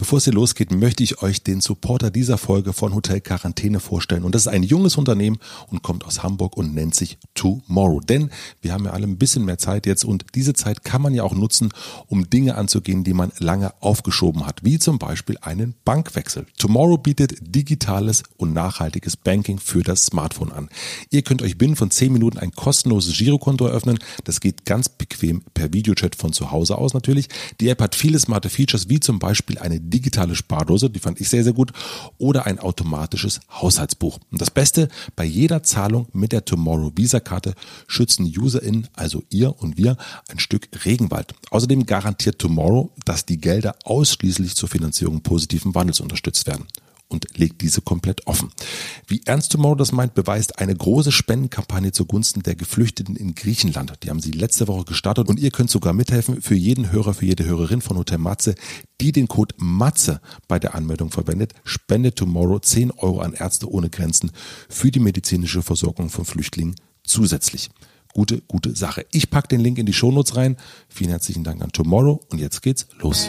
Bevor es hier losgeht, möchte ich euch den Supporter dieser Folge von Hotel Quarantäne vorstellen. Und das ist ein junges Unternehmen und kommt aus Hamburg und nennt sich Tomorrow. Denn wir haben ja alle ein bisschen mehr Zeit jetzt und diese Zeit kann man ja auch nutzen, um Dinge anzugehen, die man lange aufgeschoben hat, wie zum Beispiel einen Bankwechsel. Tomorrow bietet digitales und nachhaltiges Banking für das Smartphone an. Ihr könnt euch binnen von 10 Minuten ein kostenloses Girokonto eröffnen. Das geht ganz bequem per Videochat von zu Hause aus natürlich. Die App hat viele smarte Features, wie zum Beispiel eine digitale Spardose, die fand ich sehr, sehr gut, oder ein automatisches Haushaltsbuch. Und das Beste, bei jeder Zahlung mit der Tomorrow Visa-Karte schützen UserInnen, also ihr und wir, ein Stück Regenwald. Außerdem garantiert Tomorrow, dass die Gelder ausschließlich zur Finanzierung positiven Wandels unterstützt werden. Und legt diese komplett offen. Wie ernst Tomorrow das meint, beweist eine große Spendenkampagne zugunsten der Geflüchteten in Griechenland. Die haben sie letzte Woche gestartet und ihr könnt sogar mithelfen für jeden Hörer, für jede Hörerin von Hotel Matze, die den Code MATZE bei der Anmeldung verwendet, spendet Tomorrow 10 Euro an Ärzte ohne Grenzen für die medizinische Versorgung von Flüchtlingen zusätzlich. Gute Sache. Ich packe den Link in die Shownotes rein. Vielen herzlichen Dank an Tomorrow und jetzt geht's los.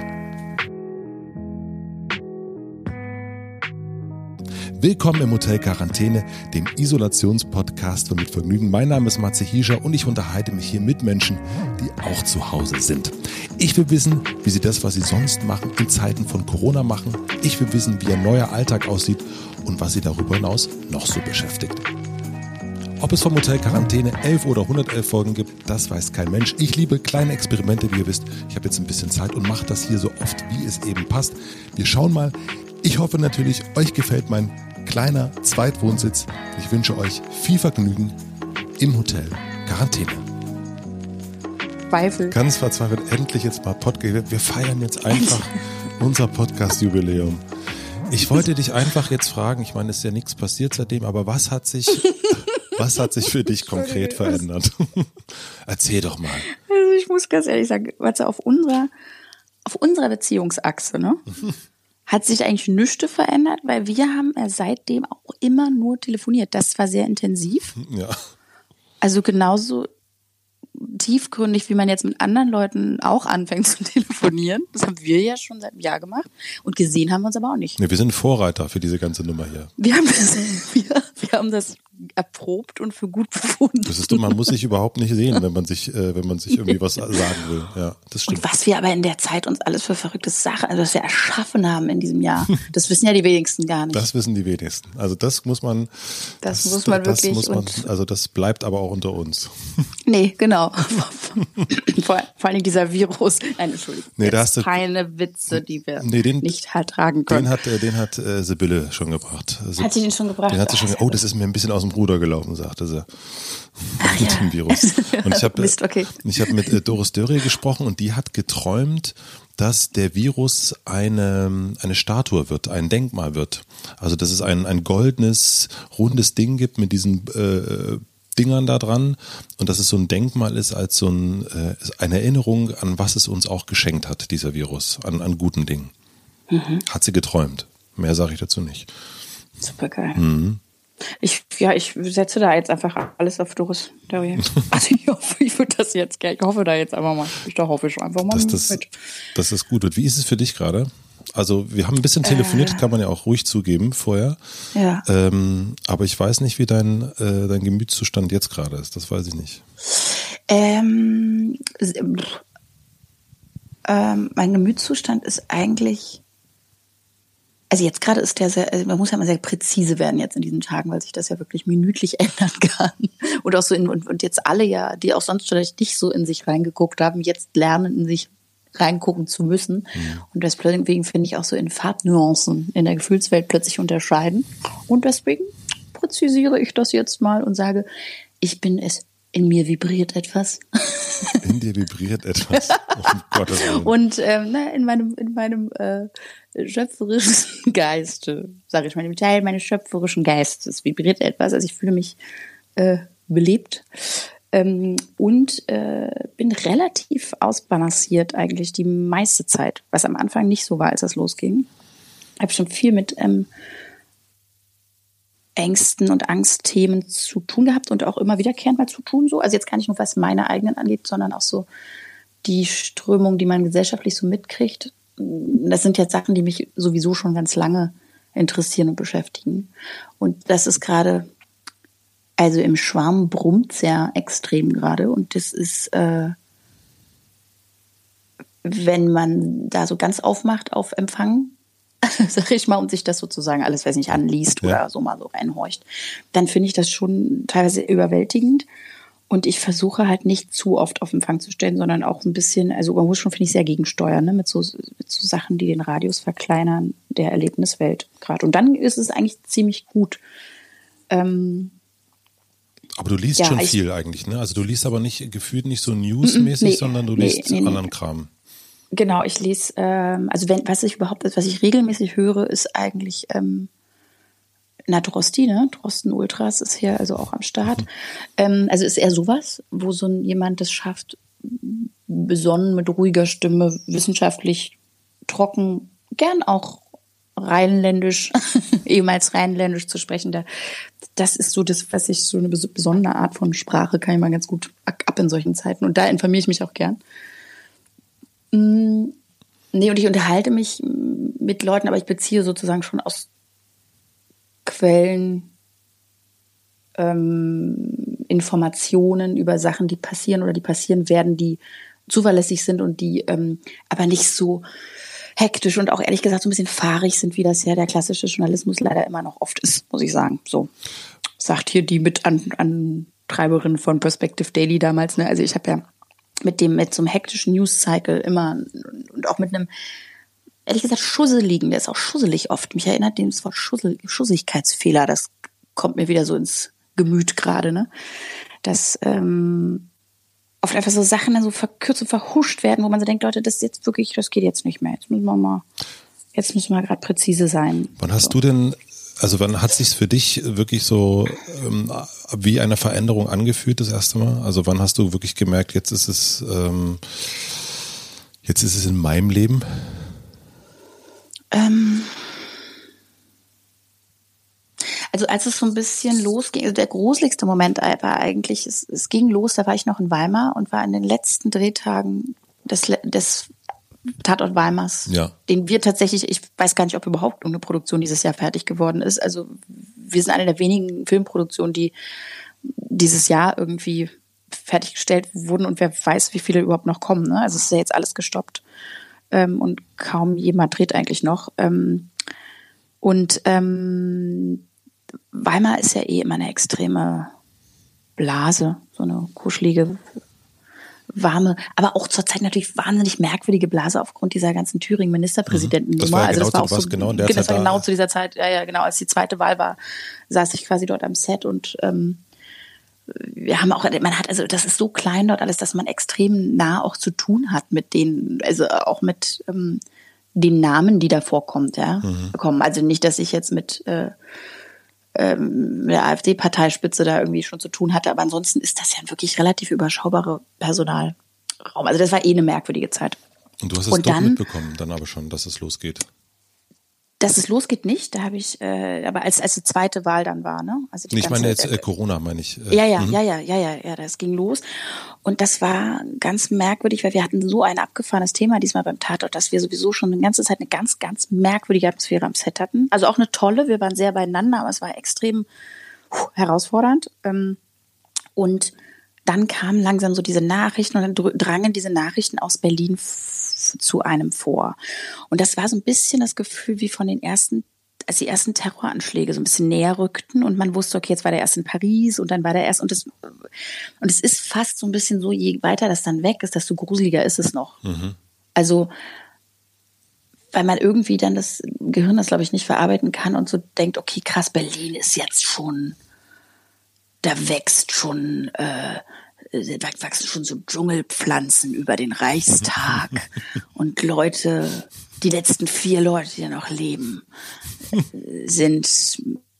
Willkommen im Hotel Quarantäne, dem Isolationspodcast von Mit Vergnügen. Mein Name ist Matze Hiescher und ich unterhalte mich hier mit Menschen, die auch zu Hause sind. Ich will wissen, wie sie das, was sie sonst machen, in Zeiten von Corona machen. Ich will wissen, wie ihr neuer Alltag aussieht und was sie darüber hinaus noch so beschäftigt. Ob es vom Hotel Quarantäne 11 oder 111 Folgen gibt, das weiß kein Mensch. Ich liebe kleine Experimente, wie ihr wisst. Ich habe jetzt ein bisschen Zeit und mache das hier so oft, wie es eben passt. Wir schauen mal. Ich hoffe natürlich, euch gefällt mein kleiner Zweitwohnsitz. Ich wünsche euch viel Vergnügen im Hotel Quarantäne. Zweifel. Ganz verzweifelt, endlich jetzt mal Podcast. Wir feiern jetzt einfach unser Podcast-Jubiläum. Ich wollte dich einfach jetzt fragen, ich meine, es ist ja nichts passiert seitdem, aber was hat sich für dich konkret verändert? Erzähl doch mal. Also ich muss ganz ehrlich sagen, auf unserer Beziehungsachse, ne? Hat sich eigentlich nichts verändert, weil wir haben seitdem auch immer nur telefoniert. Das war sehr intensiv. Ja. Also genauso tiefgründig, wie man jetzt mit anderen Leuten auch anfängt zu telefonieren. Das haben wir ja schon seit einem Jahr gemacht. Und gesehen haben wir uns aber auch nicht. Ja, wir sind Vorreiter für diese ganze Nummer hier. Wir haben das erprobt und für gut befunden. Das ist, man muss sich überhaupt nicht sehen, wenn man sich irgendwie was sagen will. Ja, das stimmt. Und was wir aber in der Zeit uns alles für verrückte Sachen, also was wir erschaffen haben in diesem Jahr, das wissen ja die wenigsten gar nicht. Das wissen die wenigsten. Also das muss man wirklich. Also das bleibt aber auch unter uns. Nee, genau. Vor allen Dingen dieser Virus. Nein, Entschuldigung. Nee, da hast du keine Witze, die wir nicht halt tragen können. Den hat Sibylle schon gebracht. Hat sie den schon gebracht? Den hat sie schon. Oh, das ist mir ein bisschen aus dem Ruder gelaufen, sagte sie. Mit dem Virus. Und ich habe mit Doris Dörrie gesprochen und die hat geträumt, dass der Virus eine Statue wird, ein Denkmal wird. Also dass es ein goldenes, rundes Ding gibt mit diesen Dingern da dran und dass es so ein Denkmal ist als so eine Erinnerung an was es uns auch geschenkt hat, dieser Virus, an guten Dingen. Mhm. Hat sie geträumt. Mehr sage ich dazu nicht. Super geil. Mhm. Ich setze da jetzt einfach alles auf Doris Dörrie. Also ich würde das jetzt gerne, ich hoffe da jetzt einfach mal. Da hoffe ich einfach mal mit. Dass das gut wird. Wie ist es für dich gerade? Also wir haben ein bisschen telefoniert, kann man ja auch ruhig zugeben vorher. Ja. Aber ich weiß nicht, wie dein Gemütszustand jetzt gerade ist. Das weiß ich nicht. Mein Gemütszustand ist eigentlich, also jetzt gerade ist der sehr, man muss ja mal sehr präzise werden jetzt in diesen Tagen, weil sich das ja wirklich minütlich ändern kann. Und auch so und jetzt alle ja, die auch sonst vielleicht nicht so in sich reingeguckt haben, jetzt lernen, in sich reingucken zu müssen. Mhm. Und deswegen finde ich auch so in Farbnuancen in der Gefühlswelt plötzlich unterscheiden. Und deswegen präzisiere ich das jetzt mal und sage, ich bin es. In mir vibriert etwas. In dir vibriert etwas. Oh Gottes Willen. Und in meinem schöpferischen Geiste, sage ich mal, im Teil meines schöpferischen Geistes vibriert etwas. Also ich fühle mich belebt und bin relativ ausbalanciert eigentlich die meiste Zeit, was am Anfang nicht so war, als das losging. Ich habe schon viel mit Ängsten und Angstthemen zu tun gehabt und auch immer wiederkehrend mal zu tun. So. Also jetzt gar nicht nur, was meine eigenen angeht, sondern auch so die Strömung, die man gesellschaftlich so mitkriegt. das sind jetzt Sachen, die mich sowieso schon ganz lange interessieren und beschäftigen. Und das ist gerade, also im Schwarm brummt sehr extrem gerade. Und das ist, wenn man da so ganz aufmacht auf Empfang, sag ich mal, und sich das sozusagen alles, weiß nicht, anliest oder so mal so reinhorcht, dann finde ich das schon teilweise überwältigend. Und ich versuche halt nicht zu oft auf Empfang zu stellen, sondern auch ein bisschen, also man muss schon, finde ich, sehr gegensteuern, ne? Mit so Sachen, die den Radius verkleinern, der Erlebniswelt gerade. Und dann ist es eigentlich ziemlich gut. Aber du liest schon viel eigentlich, ne? Also du liest aber nicht, gefühlt nicht so newsmäßig, sondern du liest anderen Kram. Genau, ich lese, also was ich regelmäßig höre, ist eigentlich Drosti, ne? Drosten Ultras ist hier also auch am Start. Also ist eher sowas, wo so jemand das schafft, besonnen, mit ruhiger Stimme, wissenschaftlich, trocken, gern auch rheinländisch, ehemals rheinländisch zu sprechen. Das ist so das, was ich, so eine besondere Art von Sprache kann ich mal ganz gut ab in solchen Zeiten. Und da informiere ich mich auch gern. Nee, und ich unterhalte mich mit Leuten, aber ich beziehe sozusagen schon aus Quellen Informationen über Sachen, die passieren oder die passieren werden, die zuverlässig sind und die aber nicht so hektisch und auch ehrlich gesagt so ein bisschen fahrig sind, wie das ja der klassische Journalismus leider immer noch oft ist, muss ich sagen. So sagt hier die Antreiberin von Perspective Daily damals. Ne? Also ich habe ja mit so einem hektischen News-Cycle immer und auch mit einem, ehrlich gesagt, Schusseligen, der ist auch schusselig oft. Mich erinnert das Wort Schusseligkeitsfehler, das kommt mir wieder so ins Gemüt gerade, ne? Dass oft einfach so Sachen dann so verkürzt und verhuscht werden, wo man so denkt, Leute, das geht jetzt nicht mehr. Jetzt müssen wir gerade präzise sein. Wann hast du denn, also wann hat sich's für dich wirklich so wie eine Veränderung angefühlt das erste Mal? Also wann hast du wirklich gemerkt, jetzt ist es in meinem Leben? Also als es so ein bisschen losging, also der gruseligste Moment war eigentlich, es ging los, da war ich noch in Weimar und war in den letzten Drehtagen des Tatort Weimars, den wir tatsächlich, ich weiß gar nicht, ob überhaupt irgendeine Produktion dieses Jahr fertig geworden ist. Also wir sind eine der wenigen Filmproduktionen, die dieses Jahr irgendwie fertiggestellt wurden und wer weiß, wie viele überhaupt noch kommen. Ne? Also es ist ja jetzt alles gestoppt und kaum jemand dreht eigentlich noch. Weimar ist ja immer eine extreme Blase, so eine kuschelige, warme, aber auch zurzeit natürlich wahnsinnig merkwürdige Blase aufgrund dieser ganzen Thüringen-Ministerpräsidentennummer. Also das war auch so, das war genau zu dieser Zeit, genau, als die zweite Wahl war, saß ich quasi dort am Set und wir haben auch, das ist so klein dort alles, dass man extrem nah auch zu tun hat mit denen, also auch mit den Namen, die da vorkommen, bekommen. Also nicht, dass ich jetzt mit der AfD-Parteispitze da irgendwie schon zu tun hatte, aber ansonsten ist das ja ein wirklich relativ überschaubarer Personalraum. Also das war eine merkwürdige Zeit. Und du hast es doch mitbekommen, dann aber schon, dass es losgeht. Dass es losgeht nicht, da habe ich, aber als die zweite Wahl dann war, ne? Also ich meine jetzt Corona, meine ich. Ja, das ging los. Und das war ganz merkwürdig, weil wir hatten so ein abgefahrenes Thema diesmal beim Tatort, dass wir sowieso schon eine ganze Zeit eine ganz, ganz merkwürdige Atmosphäre am Set hatten. Also auch eine tolle, wir waren sehr beieinander, aber es war extrem herausfordernd. Und dann kamen langsam so diese Nachrichten und dann drangen diese Nachrichten aus Berlin zu einem vor. Und das war so ein bisschen das Gefühl wie von als die ersten Terroranschläge so ein bisschen näher rückten und man wusste, okay, jetzt war der erst in Paris und dann war der erst und es ist fast so ein bisschen so, je weiter das dann weg ist, desto gruseliger ist es noch. Mhm. Also, weil man irgendwie dann das Gehirn das, glaube ich, nicht verarbeiten kann und so denkt, okay, krass, Berlin ist jetzt schon, da wachsen schon so Dschungelpflanzen über den Reichstag und Leute, die letzten 4 Leute, die da noch leben, sind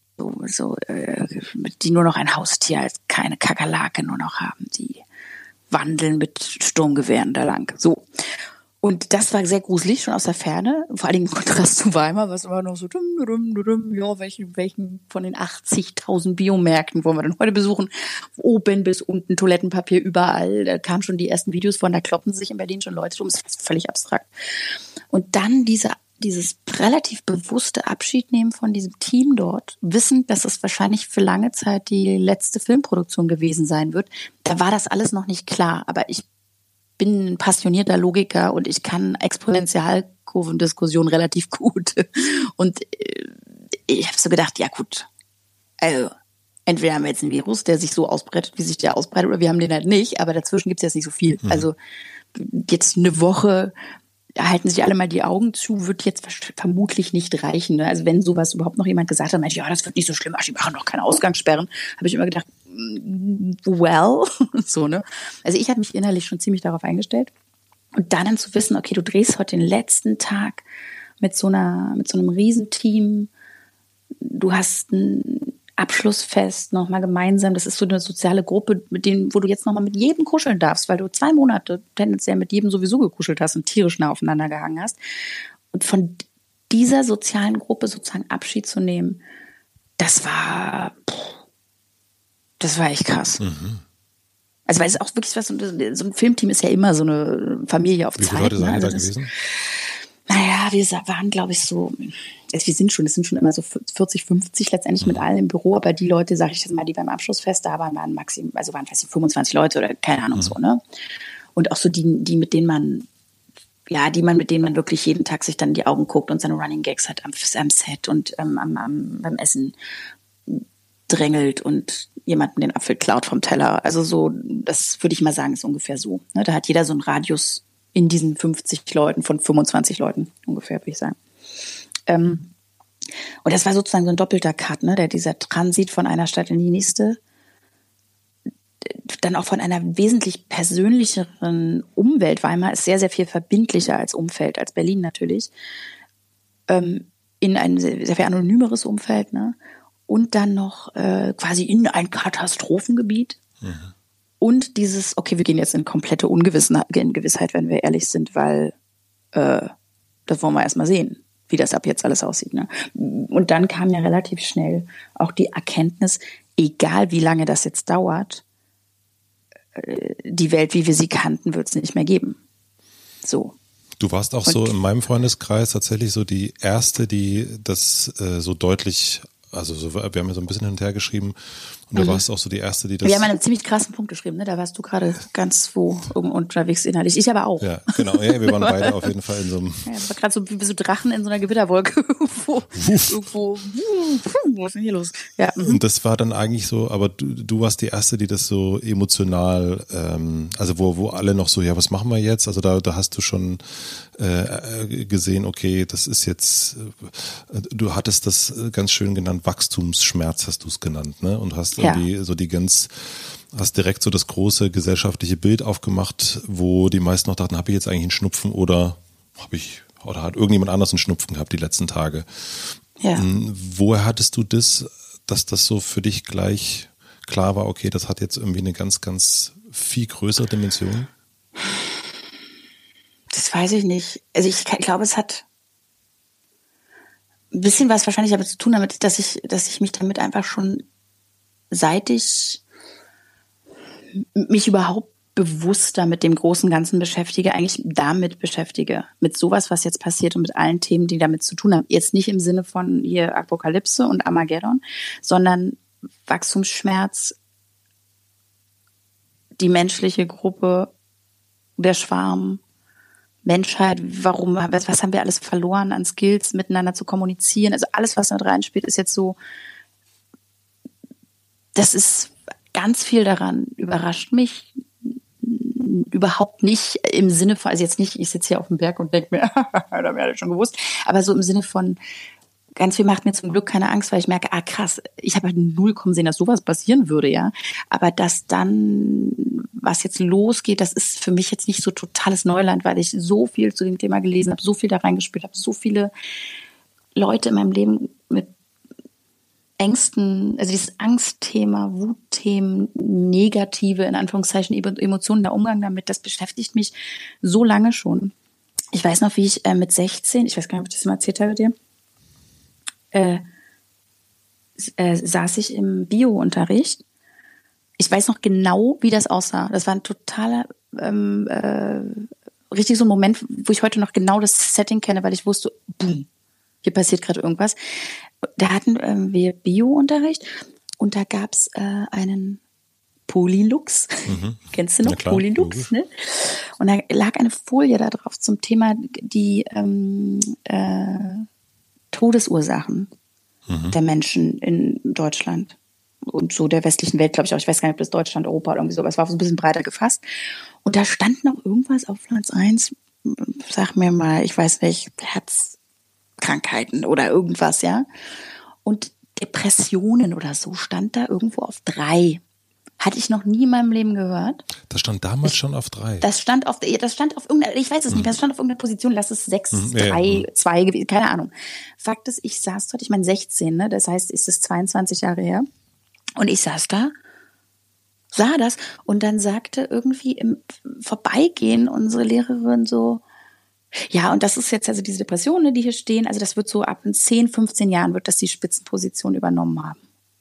die nur noch ein Haustier, als keine Kakerlake nur noch haben, die wandeln mit Sturmgewehren da lang. So. Und das war sehr gruselig, schon aus der Ferne. Vor allen Dingen im Kontrast zu Weimar, was immer noch so, ja, welchen von den 80.000 Biomärkten wollen wir denn heute besuchen? Oben bis unten, Toilettenpapier überall. Da kamen schon die ersten Videos von, da kloppen sich in Berlin schon Leute rum. Das ist völlig abstrakt. Und dann dieses relativ bewusste Abschiednehmen von diesem Team dort, wissend, dass es wahrscheinlich für lange Zeit die letzte Filmproduktion gewesen sein wird. Da war das alles noch nicht klar. Aber ich bin ein passionierter Logiker und ich kann Exponentialkurvendiskussionen relativ gut. Und ich habe so gedacht, ja gut, also entweder haben wir jetzt einen Virus, der sich so ausbreitet, wie sich der ausbreitet, oder wir haben den halt nicht, aber dazwischen gibt's jetzt nicht so viel. Also jetzt eine Woche halten sich alle mal die Augen zu, wird jetzt vermutlich nicht reichen. Ne? Also wenn sowas überhaupt noch jemand gesagt hat, meinte, ja, das wird nicht so schlimm, ach, die machen doch keine Ausgangssperren, habe ich immer gedacht, well, so, ne? Also ich habe mich innerlich schon ziemlich darauf eingestellt. Und dann zu wissen, okay, du drehst heute den letzten Tag mit so einem Riesenteam, du hast ein Abschlussfest nochmal gemeinsam, das ist so eine soziale Gruppe, wo du jetzt nochmal mit jedem kuscheln darfst, weil du 2 Monate tendenziell mit jedem sowieso gekuschelt hast und tierisch nah aufeinander gehangen hast. Und von dieser sozialen Gruppe sozusagen Abschied zu nehmen, das war echt krass. Also weil es auch wirklich was, so ein Filmteam ist ja immer so eine Familie auf Zeit. Wie viele Leute seid ihr da also gewesen? Naja, wir waren, glaube ich, so, also es sind schon immer so 40, 50 letztendlich mit allen im Büro, aber die Leute, sage ich jetzt mal, die beim Abschlussfest da waren, waren maximal, also waren vielleicht 25 Leute oder keine Ahnung so, ne? Und auch so die mit denen man wirklich jeden Tag sich dann in die Augen guckt und seine Running Gags hat am Set und beim Essen drängelt und jemanden den Apfel klaut vom Teller. Also so, das würde ich mal sagen, ist ungefähr so. Ne? Da hat jeder so einen Radius in diesen 50 Leuten von 25 Leuten ungefähr, würde ich sagen. Und das war sozusagen so ein doppelter Cut, ne? Dieser Transit von einer Stadt in die nächste, dann auch von einer wesentlich persönlicheren Umwelt. Weimar ist sehr, sehr viel verbindlicher als Umfeld, als Berlin natürlich. In ein sehr, sehr viel anonymeres Umfeld, ne? Und dann noch quasi in ein Katastrophengebiet. Und dieses, okay, wir gehen jetzt in komplette Ungewissheit, wenn wir ehrlich sind, weil das wollen wir erstmal sehen, wie das ab jetzt alles aussieht. Ne? Und dann kam ja relativ schnell auch die Erkenntnis, egal wie lange das jetzt dauert, die Welt, wie wir sie kannten, wird es nicht mehr geben. So. Du warst auch so in meinem Freundeskreis tatsächlich so die Erste, die das so deutlich, also so, wir haben ja so ein bisschen hin und her geschrieben und du warst auch so die Erste, die das... Wir haben einen ziemlich krassen Punkt geschrieben, ne? Da warst du gerade ganz unterwegs innerlich. Ich aber auch. Ja, genau. Ja, wir waren beide auf jeden Fall in so einem... Ja, es war gerade so wie so Drachen in so einer Gewitterwolke. Irgendwo, was ist denn hier los? Ja. Und das war dann eigentlich so, aber du warst die Erste, die das so emotional, also wo alle noch so, ja, was machen wir jetzt? Also da hast du schon gesehen, okay, das ist jetzt, du hattest das ganz schön genannt, Wachstumsschmerz hast du es genannt, ne? Und hast irgendwie so hast direkt so das große gesellschaftliche Bild aufgemacht, wo die meisten noch dachten, habe ich jetzt eigentlich einen Schnupfen oder hat irgendjemand anders einen Schnupfen gehabt die letzten Tage? Ja. Woher hattest du das, dass das so für dich gleich klar war, okay, das hat jetzt irgendwie eine ganz, ganz viel größere Dimension? Das weiß ich nicht. Also ich glaube, es hat ein bisschen was wahrscheinlich damit zu tun, dass ich mich damit einfach schon, seit ich mich überhaupt bewusster mit dem großen Ganzen beschäftige, eigentlich damit beschäftige. Mit sowas, was jetzt passiert und mit allen Themen, die damit zu tun haben. Jetzt nicht im Sinne von hier Apokalypse und Armageddon, sondern Wachstumsschmerz, die menschliche Gruppe, der Schwarm, Menschheit, was haben wir alles verloren an Skills, miteinander zu kommunizieren. Also alles, was da reinspielt, ist jetzt so, das ist ganz viel daran, überrascht mich überhaupt nicht im Sinne von, also jetzt nicht, ich sitze hier auf dem Berg und denke mir, da haben wir alle schon gewusst, aber so im Sinne von, ganz viel macht mir zum Glück keine Angst, weil ich merke, krass, ich habe halt null kommen sehen, dass sowas passieren würde, ja. Aber dass dann, was jetzt losgeht, das ist für mich jetzt nicht so totales Neuland, weil ich so viel zu dem Thema gelesen habe, so viel da reingespielt habe, so viele Leute in meinem Leben mit Ängsten, also dieses Angstthema, Wutthemen, negative, in Anführungszeichen, Emotionen, der Umgang damit, das beschäftigt mich so lange schon. ich weiß noch, wie ich mit 16, ich weiß gar nicht, ob ich das mal erzählt habe dir, saß ich im Bio-Unterricht. Ich weiß noch genau, wie das aussah. Das war ein totaler, richtig so ein Moment, wo ich heute noch genau das Setting kenne, weil ich wusste, boom, hier passiert gerade irgendwas. Da hatten wir Bio-Unterricht und da gab's einen Polylux. Kennst du noch? Polylux, ne? Und da lag eine Folie da drauf zum Thema die Todesursachen der Menschen in Deutschland und so der westlichen Welt, glaube ich auch. Ich weiß gar nicht, ob das Deutschland, Europa oder irgendwie so, aber es war so ein bisschen breiter gefasst. Und da stand noch irgendwas auf Platz 1, sag mir mal, ich weiß nicht, Herzkrankheiten oder irgendwas, ja. Und Depressionen oder so stand da irgendwo auf 3. Hatte ich noch nie in meinem Leben gehört. Das stand damals schon auf 3. Das stand auf irgendeiner, ich weiß es nicht, das stand auf irgendeiner Position, lass es 6, 3, 2 gewesen, keine Ahnung. Fakt ist, ich saß dort, ich meine 16, ne, das heißt, ist es 22 Jahre her. Und ich saß da, sah das und dann sagte irgendwie im Vorbeigehen unsere Lehrerin so, ja, und das ist jetzt also diese Depressionen, die hier stehen, also das wird so ab in 10, 15 Jahren wird das die Spitzenposition übernommen haben.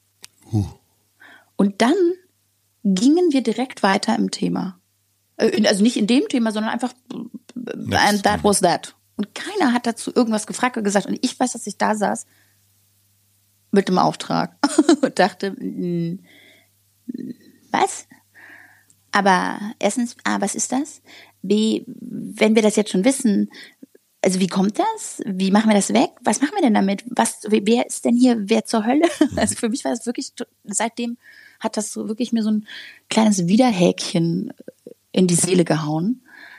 Und dann gingen wir direkt weiter im Thema. Also nicht in dem Thema, sondern einfach and that was that. Und keiner hat dazu irgendwas gefragt oder gesagt. Und ich weiß, dass ich da saß mit dem Auftrag und dachte, was? Aber erstens, A, was ist das? B, wenn wir das jetzt schon wissen, also wie kommt das? Wie machen wir das weg? Was machen wir denn damit? Wer ist denn hier, wer zur Hölle? Also für mich war das wirklich, seitdem hat das so wirklich mir so ein kleines Widerhäkchen in die Seele gehauen.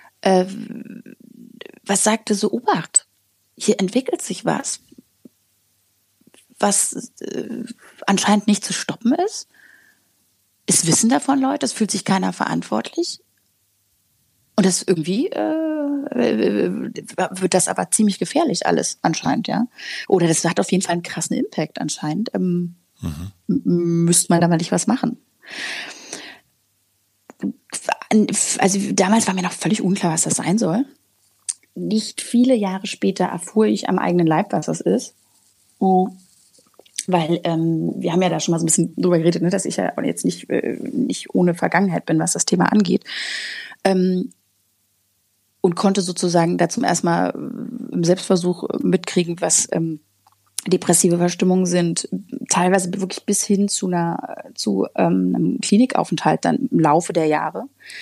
Was sagte so, Obacht, hier entwickelt sich was anscheinend nicht zu stoppen ist. Es wissen davon Leute, es fühlt sich keiner verantwortlich. Und das irgendwie wird das aber ziemlich gefährlich alles anscheinend, ja. Oder das hat auf jeden Fall einen krassen Impact anscheinend. Müsste man da mal nicht was machen. Also damals war mir noch völlig unklar, was das sein soll. Nicht viele Jahre später erfuhr ich am eigenen Leib, was das ist. Weil wir haben ja da schon mal so ein bisschen drüber geredet, ne, dass ich ja jetzt nicht ohne Vergangenheit bin, was das Thema angeht. Und konnte sozusagen da zum ersten Mal im Selbstversuch mitkriegen, was depressive Verstimmungen sind, teilweise wirklich bis hin zu einem Klinikaufenthalt dann im Laufe der Jahre.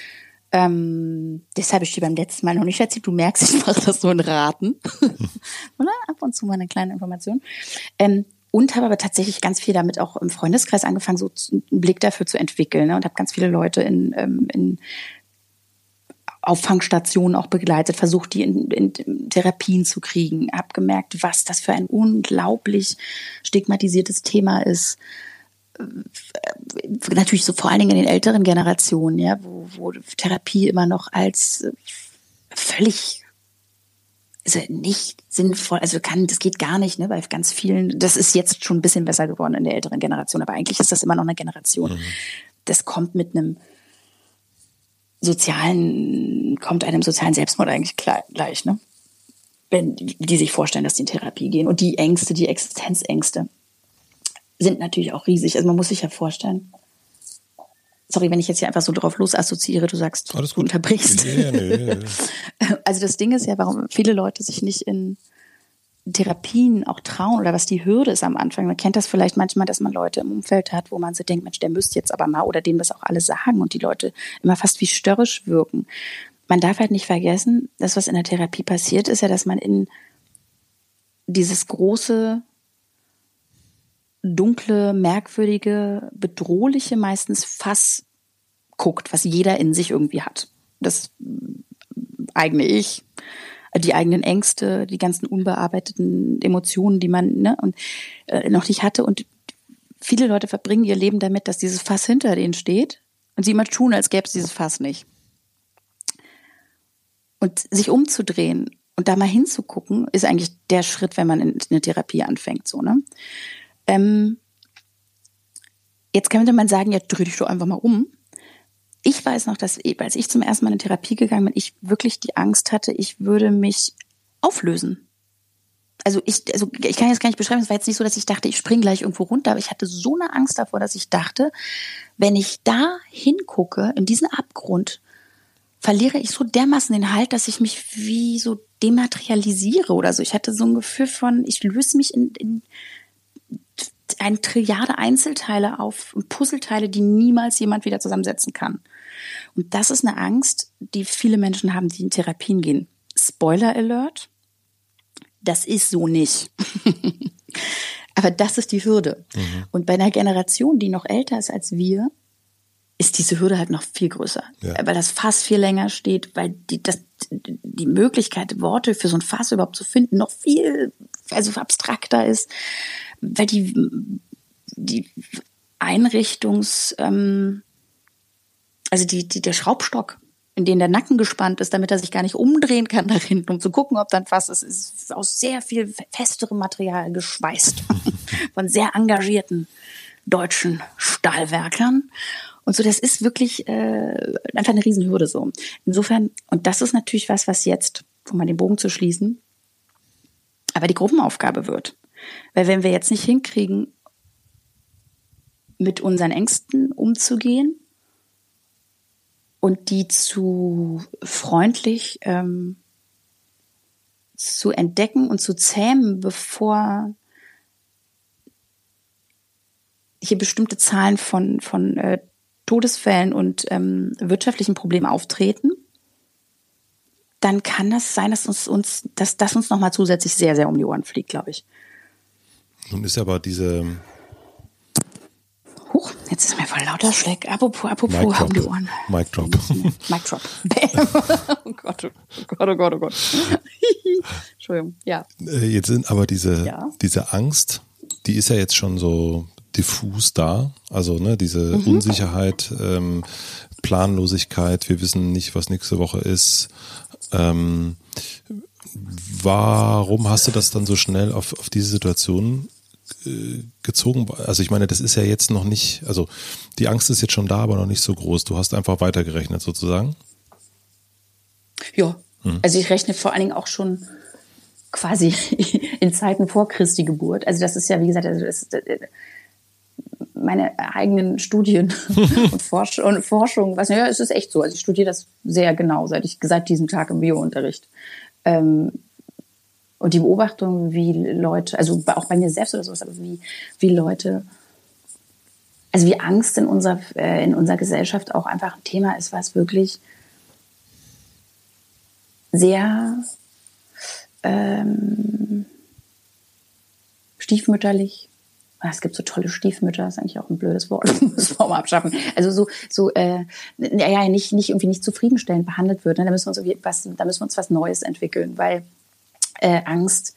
Das habe ich dir beim letzten Mal noch nicht erzählt. Du merkst, ich mache das so in Raten. Oder? Ab und zu mal eine kleine Information. Und habe aber tatsächlich ganz viel damit auch im Freundeskreis angefangen, so einen Blick dafür zu entwickeln. Ne? Und habe ganz viele Leute in Auffangstationen auch begleitet, versucht, die in Therapien zu kriegen. Habe gemerkt, was das für ein unglaublich stigmatisiertes Thema ist. Natürlich so vor allen Dingen in den älteren Generationen, ja, wo Therapie immer noch als völlig nicht sinnvoll, das geht gar nicht, ne, bei ganz vielen, das ist jetzt schon ein bisschen besser geworden in der älteren Generation, aber eigentlich ist das immer noch eine Generation. Das kommt mit einem einem sozialen Selbstmord eigentlich gleich, ne? Wenn die sich vorstellen, dass die in Therapie gehen. Und die Ängste, die Existenzängste sind natürlich auch riesig. Also man muss sich ja vorstellen. Sorry, wenn ich jetzt hier einfach so drauf losassoziiere, du sagst, du unterbrichst. Nee. Also das Ding ist ja, warum viele Leute sich nicht in Therapien auch trauen oder was die Hürde ist am Anfang. Man kennt das vielleicht manchmal, dass man Leute im Umfeld hat, wo man so denkt, Mensch, der müsste jetzt aber mal, oder denen das auch alle sagen und die Leute immer fast wie störrisch wirken. Man darf halt nicht vergessen, das, was in der Therapie passiert, ist ja, dass man in dieses große, dunkle, merkwürdige, bedrohliche meistens Fass guckt, was jeder in sich irgendwie hat. Das eigene Ich, die eigenen Ängste, die ganzen unbearbeiteten Emotionen, die man noch nicht hatte. Und viele Leute verbringen ihr Leben damit, dass dieses Fass hinter denen steht und sie immer tun, als gäbe es dieses Fass nicht. Und sich umzudrehen und da mal hinzugucken, ist eigentlich der Schritt, wenn man in eine Therapie anfängt. So, ne? Jetzt könnte man sagen, ja, dreh dich doch einfach mal um. ich weiß noch, dass, als ich zum ersten Mal in Therapie gegangen bin, ich wirklich die Angst hatte, ich würde mich auflösen. Also ich kann jetzt gar nicht beschreiben, es war jetzt nicht so, dass ich dachte, ich springe gleich irgendwo runter, aber ich hatte so eine Angst davor, dass ich dachte, wenn ich da hingucke, in diesen Abgrund, verliere ich so dermaßen den Halt, dass ich mich wie so dematerialisiere oder so. Ich hatte so ein Gefühl von, ich löse mich in eine Trilliarde Einzelteile auf, Puzzleteile, die niemals jemand wieder zusammensetzen kann. Und das ist eine Angst, die viele Menschen haben, die in Therapien gehen. Spoiler Alert, das ist so nicht. Aber das ist die Hürde. Mhm. Und bei einer Generation, die noch älter ist als wir, ist diese Hürde halt noch viel größer. Ja. Weil das Fass viel länger steht, weil die Möglichkeit, Worte für so ein Fass überhaupt zu finden, noch viel abstrakter ist, weil die der Schraubstock, in den der Nacken gespannt ist, damit er sich gar nicht umdrehen kann da hinten, um zu gucken, ob dann Fass ist, ist aus sehr viel festerem Material geschweißt. Von sehr engagierten deutschen Stahlwerkern. Und so, das ist wirklich einfach eine Riesenhürde so. Insofern, und das ist natürlich was jetzt, um mal den Bogen zu schließen, aber die Gruppenaufgabe wird. Weil wenn wir jetzt nicht hinkriegen, mit unseren Ängsten umzugehen und die zu freundlich zu entdecken und zu zähmen, bevor hier bestimmte Zahlen von Todesfällen und wirtschaftlichen Problemen auftreten, dann kann das sein, dass das uns nochmal zusätzlich sehr, sehr um die Ohren fliegt, glaube ich. Nun ist aber diese... Huch, jetzt ist mir voll lauter Schleck. Apropos um die Ohren. Mic Drop. Mic Drop. Oh Gott, oh Gott, oh Gott, oh Gott. Entschuldigung, ja. Jetzt sind aber diese Angst, die ist ja jetzt schon so diffus da. Also diese Unsicherheit, Planlosigkeit, wir wissen nicht, was nächste Woche ist. Warum hast du das dann so schnell auf diese Situation gezogen? Also ich meine, das ist ja jetzt noch nicht, also die Angst ist jetzt schon da, aber noch nicht so groß. Du hast einfach weitergerechnet sozusagen? Ja, also ich rechne vor allen Dingen auch schon quasi in Zeiten vor Christi Geburt. Also das ist ja, wie gesagt, meine eigenen Studien und Forschung, es ist echt so. Also ich studiere das sehr genau seit diesem Tag im Biounterricht. Und die Beobachtung, wie Leute, also auch bei mir selbst oder sowas, aber wie Leute, also wie Angst in unserer Gesellschaft auch einfach ein Thema ist, was wirklich sehr stiefmütterlich. Es gibt so tolle Stiefmütter, ist eigentlich auch ein blödes Wort, müssen wir mal abschaffen. Also nicht irgendwie nicht zufriedenstellend behandelt wird. Ne? Da müssen wir uns was Neues entwickeln, weil Angst,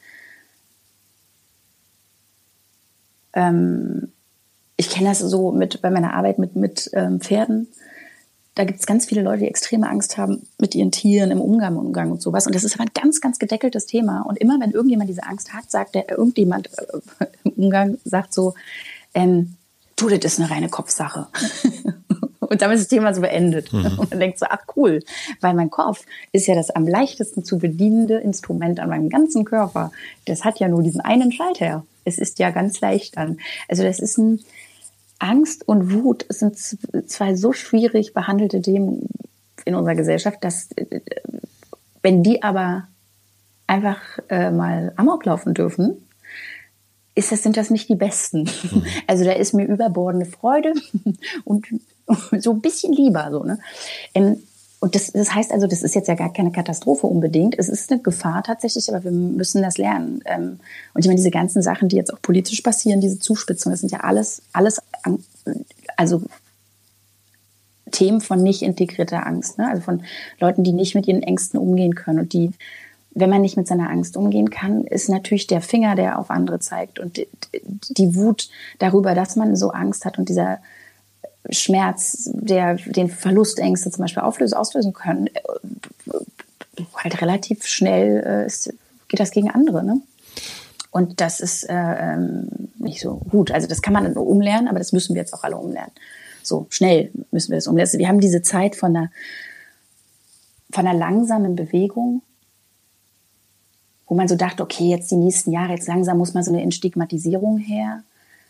ich kenne das so bei meiner Arbeit mit Pferden. Da gibt es ganz viele Leute, die extreme Angst haben mit ihren Tieren im Umgang und sowas. Und das ist aber ein ganz, ganz gedeckeltes Thema. Und immer, wenn irgendjemand diese Angst hat, sagt irgendjemand im Umgang, sagt so, du, das ist eine reine Kopfsache. Und damit ist das Thema so beendet. Und man denkt so, ach cool, weil mein Kopf ist ja das am leichtesten zu bedienende Instrument an meinem ganzen Körper. Das hat ja nur diesen einen Schalter. Es ist ja ganz leicht dann. Also das ist Angst und Wut sind zwei so schwierig behandelte Themen in unserer Gesellschaft, dass wenn die aber einfach mal Amok laufen dürfen, sind das nicht die besten. Also da ist mir überbordende Freude und so ein bisschen lieber. So, ne? Und das heißt also, das ist jetzt ja gar keine Katastrophe unbedingt. Es ist eine Gefahr tatsächlich, aber wir müssen das lernen. Und ich meine, diese ganzen Sachen, die jetzt auch politisch passieren, diese Zuspitzung, das sind ja alles also Themen von nicht integrierter Angst. Ne? Also von Leuten, die nicht mit ihren Ängsten umgehen können. Und wenn man nicht mit seiner Angst umgehen kann, ist natürlich der Finger, der auf andere zeigt. Und die Wut darüber, dass man so Angst hat und dieser Schmerz, der den Verlustängste zum Beispiel auslösen können, halt relativ schnell geht das gegen andere. Ne? Und das ist nicht so gut. Also das kann man umlernen, aber das müssen wir jetzt auch alle umlernen. So, schnell müssen wir das umsetzen. Wir haben diese Zeit von einer langsamen Bewegung, wo man so dachte, okay, jetzt die nächsten Jahre, jetzt langsam muss mal so eine Entstigmatisierung her.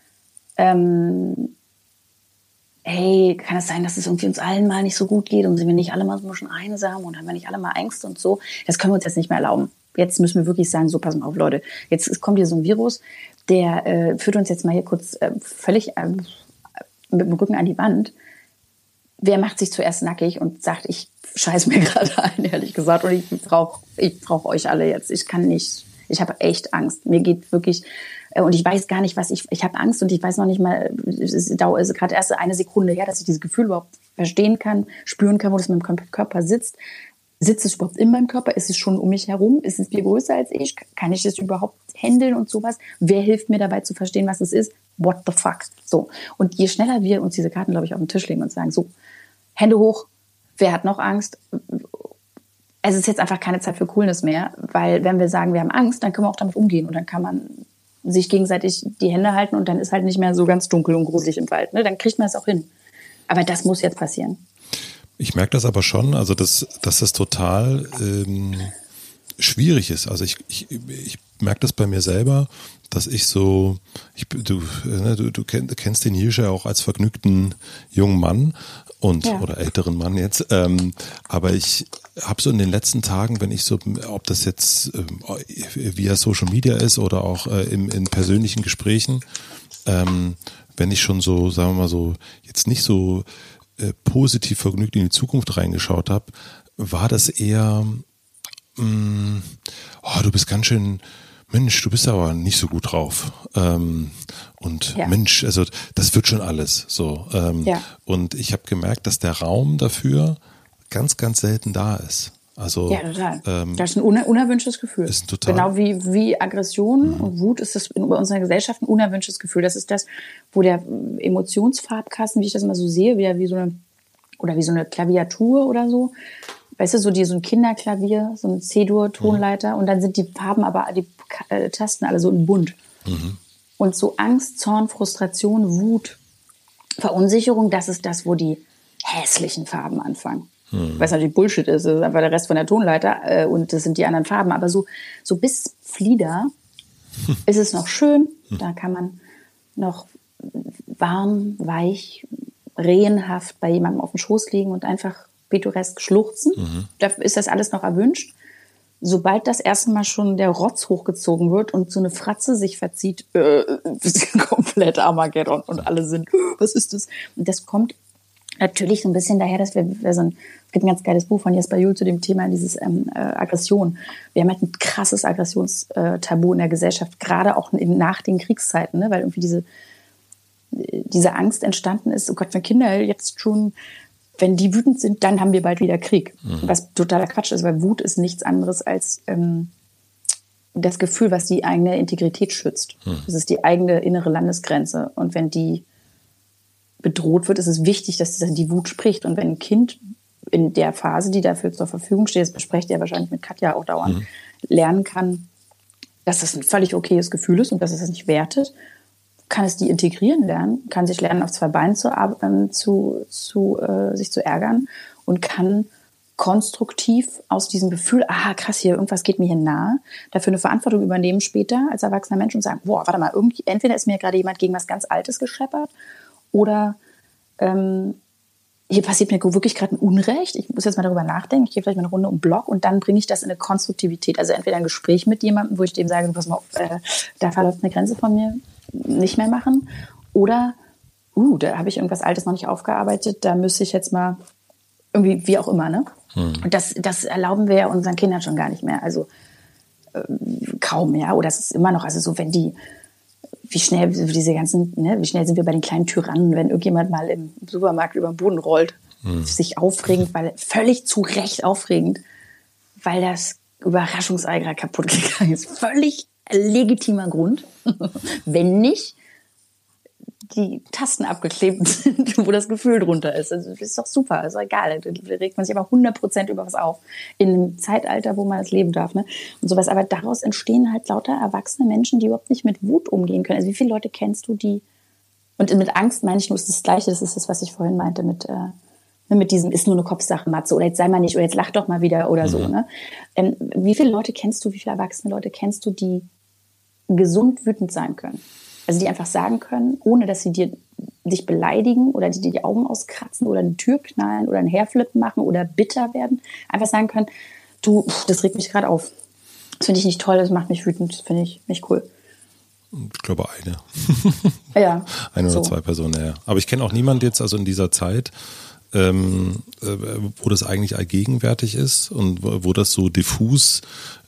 Hey, kann es sein, dass es irgendwie uns allen mal nicht so gut geht und sind wir nicht alle mal so ein bisschen einsam und haben wir nicht alle mal Ängste und so? Das können wir uns jetzt nicht mehr erlauben. Jetzt müssen wir wirklich sagen, so, pass mal auf, Leute, jetzt kommt hier so ein Virus, der führt uns jetzt mal hier kurz völlig mit dem Rücken an die Wand. Wer macht sich zuerst nackig und sagt, ich scheiß mir gerade ein, ehrlich gesagt, und ich brauch euch alle jetzt. Ich kann nicht, ich habe echt Angst. Mir geht wirklich, und ich weiß gar nicht, ich habe Angst und ich weiß noch nicht mal, es dauert gerade erst eine Sekunde her, dass ich dieses Gefühl überhaupt verstehen kann, spüren kann, wo das mit meinem Körper sitzt. Sitzt es überhaupt in meinem Körper? Ist es schon um mich herum? Ist es viel größer als ich? Kann ich das überhaupt handeln und sowas? Wer hilft mir dabei zu verstehen, was es ist? What the fuck? So. Und je schneller wir uns diese Karten, glaube ich, auf den Tisch legen und sagen, so, Hände hoch, wer hat noch Angst? Es ist jetzt einfach keine Zeit für Coolness mehr, weil wenn wir sagen, wir haben Angst, dann können wir auch damit umgehen und dann kann man sich gegenseitig die Hände halten und dann ist halt nicht mehr so ganz dunkel und gruselig im Wald. Ne? Dann kriegt man es auch hin. Aber das muss jetzt passieren. Ich merke das aber schon, also dass das total schwierig ist. Also ich merke das bei mir selber, dass ich so, du kennst den Hirscher ja auch als vergnügten jungen Mann und ja. Oder älteren Mann jetzt. Aber ich habe so in den letzten Tagen, wenn ich so, ob das jetzt via Social Media ist oder auch in persönlichen Gesprächen, wenn ich schon so, sagen wir mal so, jetzt nicht so positiv vergnügt in die Zukunft reingeschaut habe, war das eher, du bist ganz schön, Mensch, du bist aber nicht so gut drauf. Und ja. Mensch, also das wird schon alles so. Ja. Und ich habe gemerkt, dass der Raum dafür ganz, ganz selten da ist. Also, ja, total. Das ist ein unerwünschtes Gefühl. Ist total. Genau wie Aggression und Wut ist das in unserer Gesellschaft ein unerwünschtes Gefühl. Das ist das, wo der Emotionsfarbkasten, wie ich das immer so sehe, wie so eine Klaviatur oder so. Weißt du, so ein Kinderklavier, so ein C-Dur-Tonleiter und dann sind die Farben aber, die Tasten alle so in bunt. Mhm. Und so Angst, Zorn, Frustration, Wut, Verunsicherung, das ist das, wo die hässlichen Farben anfangen. Was natürlich Bullshit ist, das ist einfach der Rest von der Tonleiter und das sind die anderen Farben. Aber so bis Flieder ist es noch schön, da kann man noch warm, weich, rehenhaft bei jemandem auf dem Schoß liegen und einfach pittoresk schluchzen. Da ist das alles noch erwünscht. Sobald das erste Mal schon der Rotz hochgezogen wird und so eine Fratze sich verzieht, komplett Armageddon und alle sind, was ist das? Und das kommt natürlich so ein bisschen daher, dass es gibt ein ganz geiles Buch von Jesper Juhl zu dem Thema dieses Aggression. Wir haben halt ein krasses Aggressionstabu in der Gesellschaft, gerade auch nach den Kriegszeiten, ne? Weil irgendwie diese Angst entstanden ist, oh Gott, wenn Kinder jetzt schon, wenn die wütend sind, dann haben wir bald wieder Krieg. Was totaler Quatsch ist, weil Wut ist nichts anderes als das Gefühl, was die eigene Integrität schützt. Das ist die eigene innere Landesgrenze. Und wenn die bedroht wird, ist es wichtig, dass die Wut spricht. Und wenn ein Kind in der Phase, die dafür zur Verfügung steht, das besprecht ihr wahrscheinlich mit Katja auch dauernd, lernen kann, dass das ein völlig okayes Gefühl ist und dass es das nicht wertet, kann es die integrieren lernen, kann sich lernen, auf zwei Beinen sich zu ärgern und kann konstruktiv aus diesem Gefühl, krass, hier irgendwas geht mir hier nahe, dafür eine Verantwortung übernehmen später als erwachsener Mensch und sagen, boah, warte mal, entweder ist mir gerade jemand gegen was ganz Altes gescheppert oder hier passiert mir wirklich gerade ein Unrecht, ich muss jetzt mal darüber nachdenken, ich gehe vielleicht mal eine Runde um den Block und dann bringe ich das in eine Konstruktivität. Also entweder ein Gespräch mit jemandem, wo ich dem sage, pass mal auf, da verläuft eine Grenze von mir, nicht mehr machen. Oder, da habe ich irgendwas Altes noch nicht aufgearbeitet, da müsste ich jetzt mal irgendwie, wie auch immer, ne? Und das erlauben wir ja unseren Kindern schon gar nicht mehr. Also kaum, ja. Oder es ist immer noch, also so, wenn wie schnell sind wir bei den kleinen Tyrannen, wenn irgendjemand mal im Supermarkt über den Boden rollt, sich aufregend, völlig zu Recht aufregend, weil das Überraschungsei gerade kaputt gegangen ist. Völlig legitimer Grund. Wenn nicht die Tasten abgeklebt sind, wo das Gefühl drunter ist. Also, das ist doch super, ist doch egal. Da regt man sich aber 100% über was auf. In einem Zeitalter, wo man das leben darf. Ne? Und sowas. Aber daraus entstehen halt lauter erwachsene Menschen, die überhaupt nicht mit Wut umgehen können. Also wie viele Leute kennst du, die Und mit Angst meine ich nur, es ist das Gleiche, das ist das, was ich vorhin meinte mit diesem, ist nur eine Kopfsache, Matze, oder jetzt sei mal nicht, oder jetzt lach doch mal wieder oder so. Ne? Wie viele erwachsene Leute kennst du, die gesund wütend sein können? Also die einfach sagen können, ohne dass sie dich beleidigen oder dir die Augen auskratzen oder eine Tür knallen oder einen Hairflip machen oder bitter werden, einfach sagen können, du, das regt mich gerade auf. Das finde ich nicht toll, das macht mich wütend, das finde ich nicht cool. Ich glaube eine. Ja. Eine oder zwei Personen, ja. Aber ich kenne auch niemanden jetzt, also in dieser Zeit, wo das eigentlich allgegenwärtig ist und wo das so diffus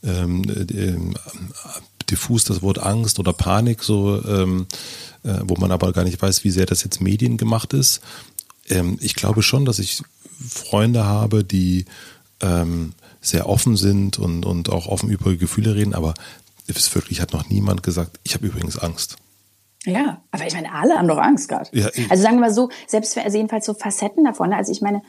das Wort Angst oder Panik so, wo man aber gar nicht weiß, wie sehr das jetzt mediengemacht ist. Ich glaube schon, dass ich Freunde habe, die sehr offen sind und auch offen über Gefühle reden, aber es wirklich hat noch niemand gesagt, ich habe übrigens Angst. Ja, aber ich meine, alle haben doch Angst gerade. Ja, also sagen wir mal so, selbst also jedenfalls so Facetten davon. Also ich meine,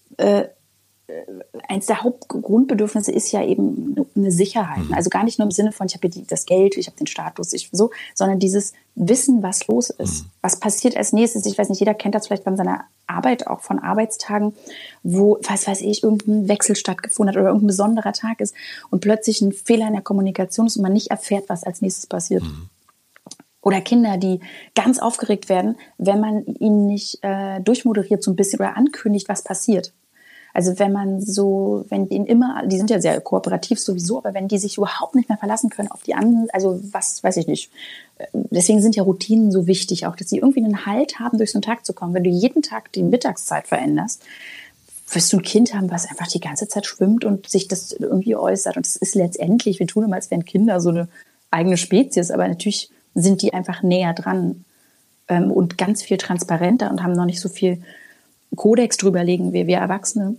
eins der Hauptgrundbedürfnisse ist ja eben eine Sicherheit. Also gar nicht nur im Sinne von, ich habe hier das Geld, ich habe den Status, sondern dieses Wissen, was los ist. Was passiert als nächstes? Ich weiß nicht, jeder kennt das vielleicht bei seiner Arbeit, auch von Arbeitstagen, wo, was weiß ich, irgendein Wechsel stattgefunden hat oder irgendein besonderer Tag ist und plötzlich ein Fehler in der Kommunikation ist und man nicht erfährt, was als nächstes passiert. Oder Kinder, die ganz aufgeregt werden, wenn man ihnen nicht durchmoderiert so ein bisschen oder ankündigt, was passiert. Also wenn die sind ja sehr kooperativ sowieso, aber wenn die sich überhaupt nicht mehr verlassen können auf die anderen, also was weiß ich nicht. Deswegen sind ja Routinen so wichtig auch, dass sie irgendwie einen Halt haben, durch so einen Tag zu kommen. Wenn du jeden Tag die Mittagszeit veränderst, wirst du ein Kind haben, was einfach die ganze Zeit schwimmt und sich das irgendwie äußert. Und es ist letztendlich, wir tun immer, als wären Kinder so eine eigene Spezies, aber natürlich sind die einfach näher dran und ganz viel transparenter und haben noch nicht so viel Kodex drüber legen wie wir Erwachsene,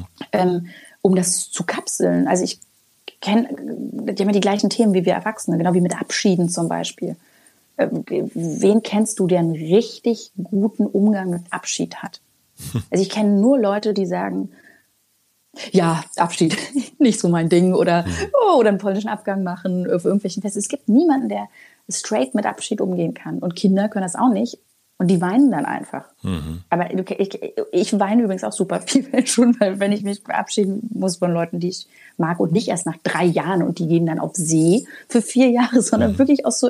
um das zu kapseln. Also die haben ja die gleichen Themen wie wir Erwachsene, genau wie mit Abschieden zum Beispiel. Wen kennst du, der einen richtig guten Umgang mit Abschied hat? Also ich kenne nur Leute, die sagen, ja, Abschied, nicht so mein Ding oder einen polnischen Abgang machen auf irgendwelchen Festen. Es gibt niemanden, der straight mit Abschied umgehen kann. Und Kinder können das auch nicht. Und die weinen dann einfach. Aber ich weine übrigens auch super viel schon, weil wenn ich mich verabschieden muss von Leuten, die ich mag und nicht erst nach 3 Jahren und die gehen dann auf See für 4 Jahre, sondern wirklich auch so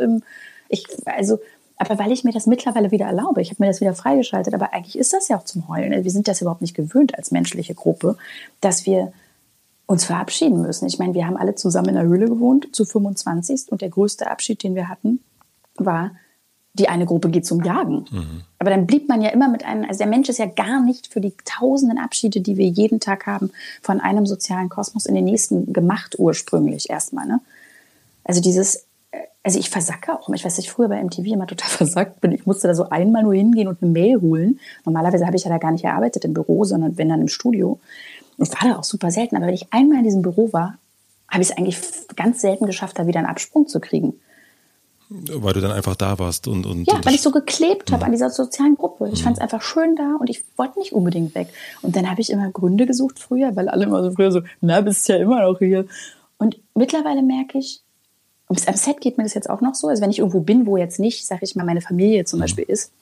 aber weil ich mir das mittlerweile wieder erlaube, ich habe mir das wieder freigeschaltet, aber eigentlich ist das ja auch zum Heulen. Wir sind das überhaupt nicht gewöhnt als menschliche Gruppe, dass wir uns verabschieden müssen. Ich meine, wir haben alle zusammen in der Höhle gewohnt, zu 25. Und der größte Abschied, den wir hatten, war, die eine Gruppe geht zum Jagen. Aber dann blieb man ja immer also der Mensch ist ja gar nicht für die tausenden Abschiede, die wir jeden Tag haben, von einem sozialen Kosmos in den nächsten gemacht ursprünglich erstmal. Ne? Also ich versacke auch. Ich weiß, dass ich früher bei MTV immer total versackt bin. Ich musste da so einmal nur hingehen und eine Mail holen. Normalerweise habe ich ja da gar nicht gearbeitet im Büro, sondern wenn dann im Studio. Und war da auch super selten. Aber wenn ich einmal in diesem Büro war, habe ich es eigentlich ganz selten geschafft, da wieder einen Absprung zu kriegen. Weil du dann einfach da warst und weil ich so geklebt habe an dieser sozialen Gruppe. Ich fand es einfach schön da und ich wollte nicht unbedingt weg. Und dann habe ich immer Gründe gesucht früher, weil alle immer so früher so, na, bist ja immer noch hier. Und mittlerweile merke ich, und am Set geht mir das jetzt auch noch so, also wenn ich irgendwo bin, wo jetzt nicht, sage ich mal, meine Familie zum Beispiel ist,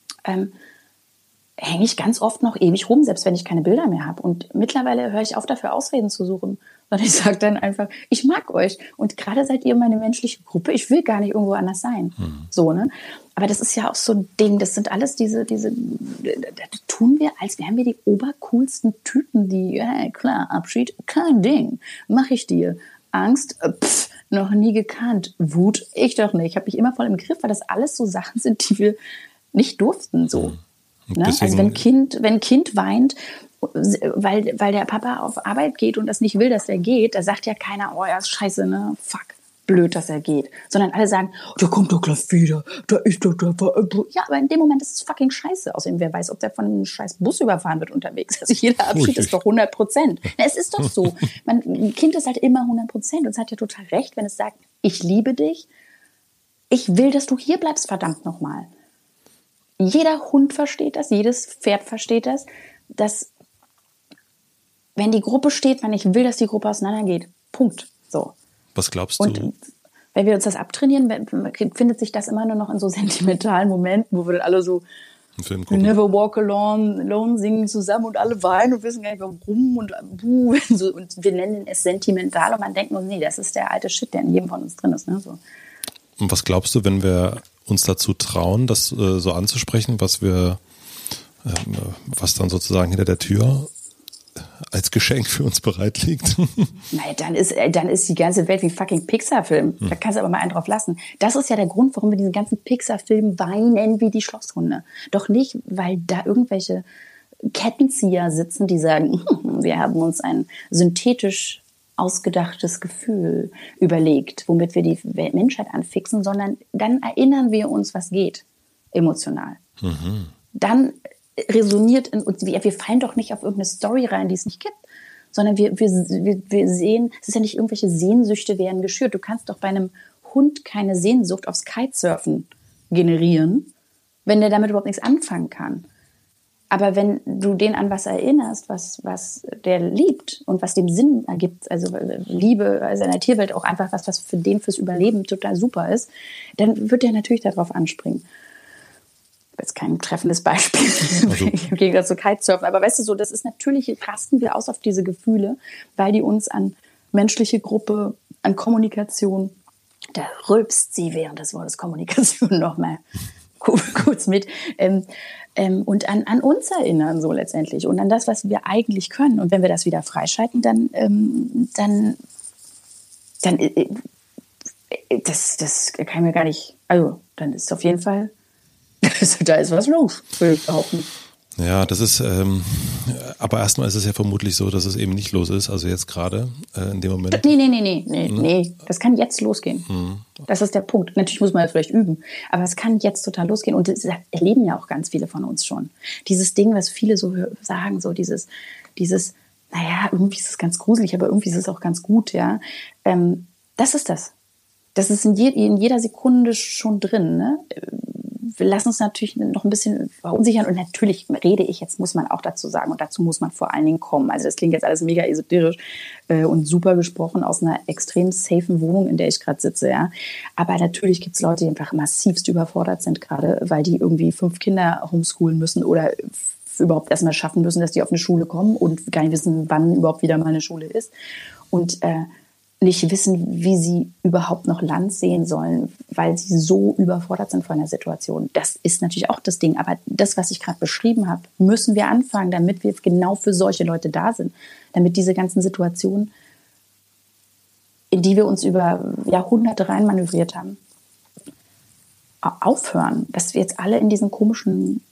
hänge ich ganz oft noch ewig rum, selbst wenn ich keine Bilder mehr habe. Und mittlerweile höre ich auf, dafür Ausreden zu suchen. Sondern ich sage dann einfach, ich mag euch. Und gerade seid ihr meine menschliche Gruppe. Ich will gar nicht irgendwo anders sein. So, ne? Aber das ist ja auch so ein Ding. Das sind alles das tun wir, als wären wir die obercoolsten Typen, die, ja klar, Abschied, kein Ding. Mach ich dir. Angst, noch nie gekannt. Wut, ich doch nicht. Ich habe mich immer voll im Griff, weil das alles so Sachen sind, die wir nicht durften, so. Ne? Also wenn Kind weint, weil der Papa auf Arbeit geht und das nicht will, dass er geht, da sagt ja keiner, oh, er ist scheiße, ne? Fuck, blöd, dass er geht. Sondern alle sagen, der kommt doch gleich wieder, da ist doch der. Ja, aber in dem Moment ist es fucking scheiße. Außerdem, wer weiß, ob der von einem scheiß Bus überfahren wird unterwegs. Also jeder Abschied ist doch 100%. Na, es ist doch so. Ein Kind ist halt immer 100%. Und es hat ja total recht, wenn es sagt, ich liebe dich, ich will, dass du hier bleibst, verdammt nochmal. Jeder Hund versteht das, jedes Pferd versteht das, dass wenn die Gruppe steht, wenn ich will, dass die Gruppe auseinandergeht. Punkt. So. Was glaubst du? wenn wir uns das abtrainieren, findet sich das immer nur noch in so sentimentalen Momenten, wo wir dann alle so We Never Walk Alone singen zusammen und alle weinen und wissen gar nicht warum und wir nennen es sentimental und man denkt nur, nee, das ist der alte Shit, der in jedem von uns drin ist. Ne? So. Und was glaubst du, wenn wir uns dazu trauen, das so anzusprechen, was dann sozusagen hinter der Tür als Geschenk für uns bereit liegt? Nein, dann ist die ganze Welt wie fucking Pixar-Film. Da kannst du aber mal einen drauf lassen. Das ist ja der Grund, warum wir diesen ganzen Pixar-Film weinen wie die Schlosshunde. Doch nicht, weil da irgendwelche Kettenzieher sitzen, die sagen, wir haben uns ein synthetisch ausgedachtes Gefühl überlegt, womit wir die Menschheit anfixen, sondern dann erinnern wir uns, was geht, emotional. Mhm. Dann resoniert in uns, wir fallen doch nicht auf irgendeine Story rein, die es nicht gibt, sondern wir sehen, es ist ja nicht irgendwelche Sehnsüchte werden geschürt. Du kannst doch bei einem Hund keine Sehnsucht aufs Kitesurfen generieren, wenn der damit überhaupt nichts anfangen kann. Aber wenn du den an was erinnerst, was der liebt und was dem Sinn ergibt, also Liebe, also in der Tierwelt auch einfach was für den fürs Überleben total super ist, dann wird der natürlich darauf anspringen. Jetzt kein treffendes Beispiel im Gegensatz zu Kitesurfen, aber weißt du so, das ist natürlich, rasten wir aus auf diese Gefühle, weil die uns an menschliche Gruppe, an Kommunikation, da rülpst sie während des Wortes Kommunikation nochmal kurz mit, und an uns erinnern so letztendlich und an das, was wir eigentlich können. Und wenn wir das wieder freischalten, dann das kann mir gar nicht, also dann ist es auf jeden Fall, da ist was los, würde ich behaupten. Ja, das ist, aber erstmal ist es ja vermutlich so, dass es eben nicht los ist, also jetzt gerade in dem Moment. Nee, das kann jetzt losgehen. Das ist der Punkt. Natürlich muss man das vielleicht üben, aber es kann jetzt total losgehen und das erleben ja auch ganz viele von uns schon. Dieses Ding, was viele so sagen, so dieses, naja, irgendwie ist es ganz gruselig, aber irgendwie ist es auch ganz gut, ja. Das ist das. Das ist in jeder Sekunde schon drin, ne? Wir lassen uns natürlich noch ein bisschen verunsichern und natürlich rede ich jetzt, muss man auch dazu sagen und dazu muss man vor allen Dingen kommen. Also das klingt jetzt alles mega esoterisch und super gesprochen aus einer extrem safen Wohnung, in der ich gerade sitze, ja. Aber natürlich gibt es Leute, die einfach massivst überfordert sind gerade, weil die irgendwie 5 Kinder homeschoolen müssen oder überhaupt erstmal schaffen müssen, dass die auf eine Schule kommen und gar nicht wissen, wann überhaupt wieder mal eine Schule ist und nicht wissen, wie sie überhaupt noch Land sehen sollen, weil sie so überfordert sind von der Situation. Das ist natürlich auch das Ding. Aber das, was ich gerade beschrieben habe, müssen wir anfangen, damit wir genau für solche Leute da sind. Damit diese ganzen Situationen, in die wir uns über Jahrhunderte reinmanövriert haben, aufhören. Dass wir jetzt alle in diesen komischen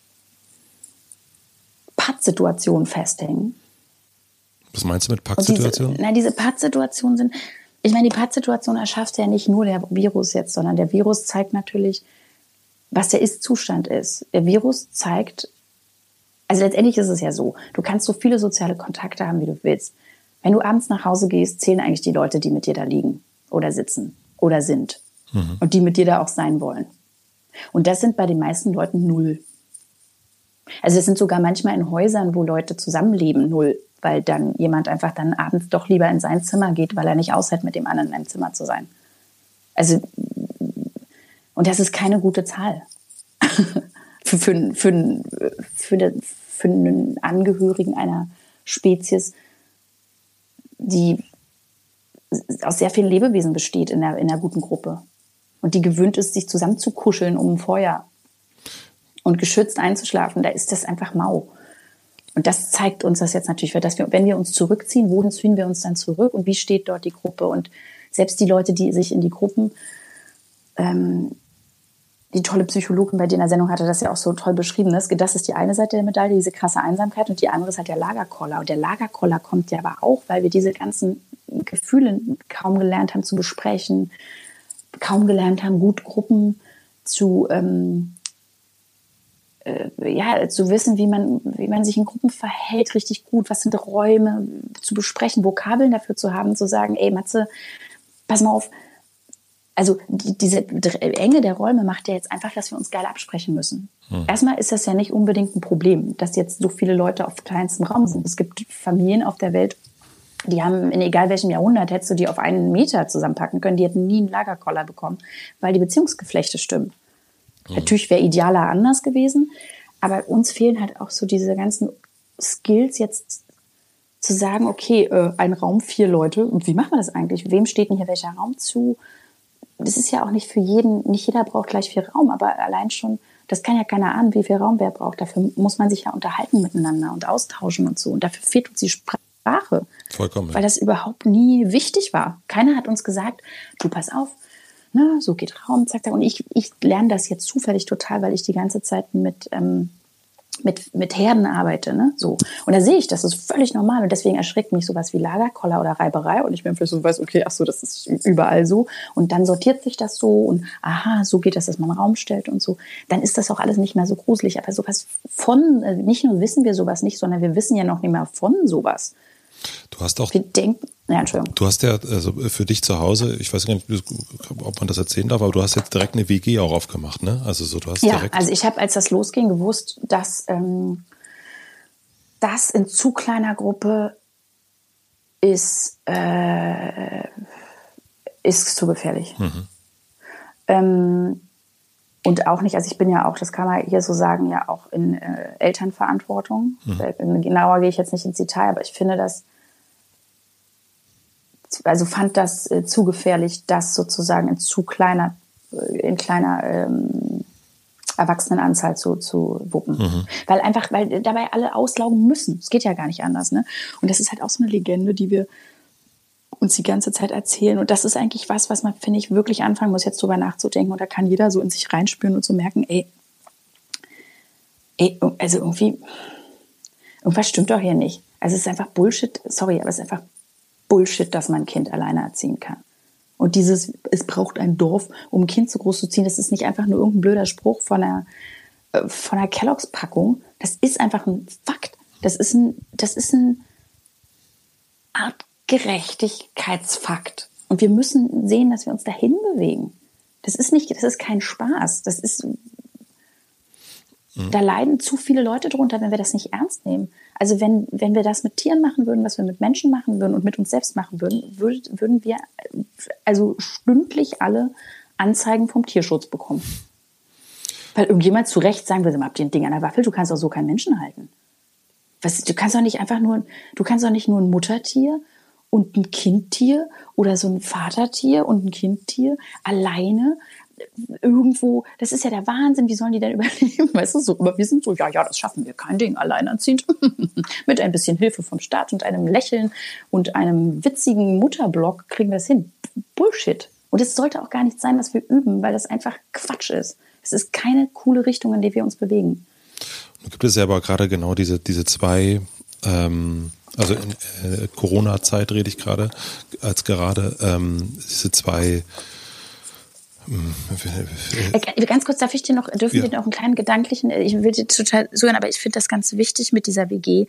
Pattsituationen festhängen. Was meinst du mit Pattsituationen? Diese Pattsituationen sind, ich meine, die Pattsituation erschafft ja nicht nur der Virus jetzt, sondern der Virus zeigt natürlich, was der Ist-Zustand ist. Der Virus zeigt, also letztendlich ist es ja so, du kannst so viele soziale Kontakte haben, wie du willst. Wenn du abends nach Hause gehst, zählen eigentlich die Leute, die mit dir da liegen oder sitzen oder sind und die mit dir da auch sein wollen. Und das sind bei den meisten Leuten 0. Also es sind sogar manchmal in Häusern, wo Leute zusammenleben, 0, weil dann jemand einfach dann abends doch lieber in sein Zimmer geht, weil er nicht aushält, mit dem anderen in einem Zimmer zu sein. Also, und das ist keine gute Zahl für einen Angehörigen einer Spezies, die aus sehr vielen Lebewesen besteht in einer guten Gruppe und die gewöhnt ist, sich zusammenzukuscheln um ein Feuer und geschützt einzuschlafen. Da ist das einfach mau. Und das zeigt uns das jetzt natürlich, dass wenn wir uns zurückziehen, wohin ziehen wir uns dann zurück und wie steht dort die Gruppe? Und selbst die Leute, die sich in die Gruppen, die tolle Psychologin bei dir in der Sendung hatte das ja auch so toll beschrieben, das ist die eine Seite der Medaille, diese krasse Einsamkeit und die andere ist halt der Lagerkoller. Und der Lagerkoller kommt ja aber auch, weil wir diese ganzen Gefühle kaum gelernt haben zu besprechen, kaum gelernt haben, gut Gruppen zu zu wissen, wie man sich in Gruppen verhält, richtig gut, was sind Räume zu besprechen, Vokabeln dafür zu haben, zu sagen, ey Matze, pass mal auf, also diese Enge der Räume macht ja jetzt einfach, dass wir uns geil absprechen müssen. Erstmal ist das ja nicht unbedingt ein Problem, dass jetzt so viele Leute auf kleinstem Raum sind. Es gibt Familien auf der Welt, Die haben, in egal welchem Jahrhundert, hättest du die auf 1 Meter zusammenpacken können. Die hätten nie einen Lagerkoller bekommen, weil die Beziehungsgeflechte stimmen. Natürlich wäre idealer anders gewesen, aber uns fehlen halt auch so diese ganzen Skills jetzt zu sagen, okay, ein Raum, 4 Leute, und wie machen wir das eigentlich? Wem steht denn hier welcher Raum zu? Das ist ja auch nicht für jeden, nicht jeder braucht gleich viel Raum, aber allein schon, das kann ja keiner ahnen, wie viel Raum wer braucht. Dafür muss man sich ja unterhalten miteinander und austauschen und so. Und dafür fehlt uns die Sprache. Vollkommen. Weil das überhaupt nie wichtig war. Keiner hat uns gesagt, du pass auf, ne, so geht Raum, zack, zack. Und ich lerne das jetzt zufällig total, weil ich die ganze Zeit mit Herden arbeite, ne, so. Und da sehe ich, das ist völlig normal und deswegen erschreckt mich sowas wie Lagerkoller oder Reiberei und ich bin vielleicht so weiß, okay, ach so, das ist überall so und dann sortiert sich das so und aha, so geht das, dass man Raum stellt und so. Dann ist das auch alles nicht mehr so gruselig, aber sowas von, nicht nur wissen wir sowas nicht, sondern wir wissen ja noch nicht mehr von sowas. Du hast auch. Wir denken, ja, Entschuldigung. Du hast ja, also für dich zu Hause, ich weiß gar nicht, ob man das erzählen darf, aber du hast jetzt direkt eine WG auch aufgemacht, ne? Also so, du hast direkt. Ja, also ich habe, als das losging, gewusst, dass das in zu kleiner Gruppe ist zu gefährlich. Und auch nicht, also ich bin ja auch, das kann man hier so sagen, ja auch in Elternverantwortung. Genauer gehe ich jetzt nicht ins Detail, aber ich finde das, also fand das zu gefährlich, das sozusagen in kleiner Erwachsenenanzahl zu wuppen. Weil dabei alle auslaugen müssen. Es geht ja gar nicht anders, ne? Und das ist halt auch so eine Legende, die wir uns die ganze Zeit erzählen. Und das ist eigentlich was man, finde ich, wirklich anfangen muss, jetzt drüber nachzudenken. Und da kann jeder so in sich reinspüren und so merken, ey, also irgendwas stimmt doch hier nicht. Also es ist einfach Bullshit, sorry, aber es ist einfach Bullshit, dass man ein Kind alleine erziehen kann. Und es braucht ein Dorf, um ein Kind so groß zu ziehen, das ist nicht einfach nur irgendein blöder Spruch von einer Kelloggs-Packung. Das ist einfach ein Fakt. Das ist ein Art Gerechtigkeitsfakt. Und wir müssen sehen, dass wir uns dahin bewegen. Das ist kein Spaß. Da leiden zu viele Leute drunter, wenn wir das nicht ernst nehmen. Also wenn wir das mit Tieren machen würden, was wir mit Menschen machen würden und mit uns selbst machen würden, würden wir also stündlich alle Anzeigen vom Tierschutz bekommen. Weil irgendjemand zu Recht sagen würde, habt ihr ein Ding an der Waffel, du kannst doch so keinen Menschen halten. Du kannst doch nicht nur ein Muttertier und ein Kindtier oder so ein Vatertier und ein Kindtier alleine irgendwo, das ist ja der Wahnsinn, wie sollen die denn überleben? Weißt du, so, aber wir sind so, ja, das schaffen wir, kein Ding, alleinerziehend. Mit ein bisschen Hilfe vom Staat und einem Lächeln und einem witzigen Mutterblock kriegen wir es hin. Bullshit. Und es sollte auch gar nicht sein, was wir üben, weil das einfach Quatsch ist. Es ist keine coole Richtung, in der wir uns bewegen. Nun gibt es ja aber gerade genau diese zwei, also in Corona-Zeit rede ich gerade, diese zwei. Ganz kurz, dürfen wir noch einen kleinen gedanklichen, ich will dir total zuhören, aber ich finde das ganz wichtig mit dieser WG,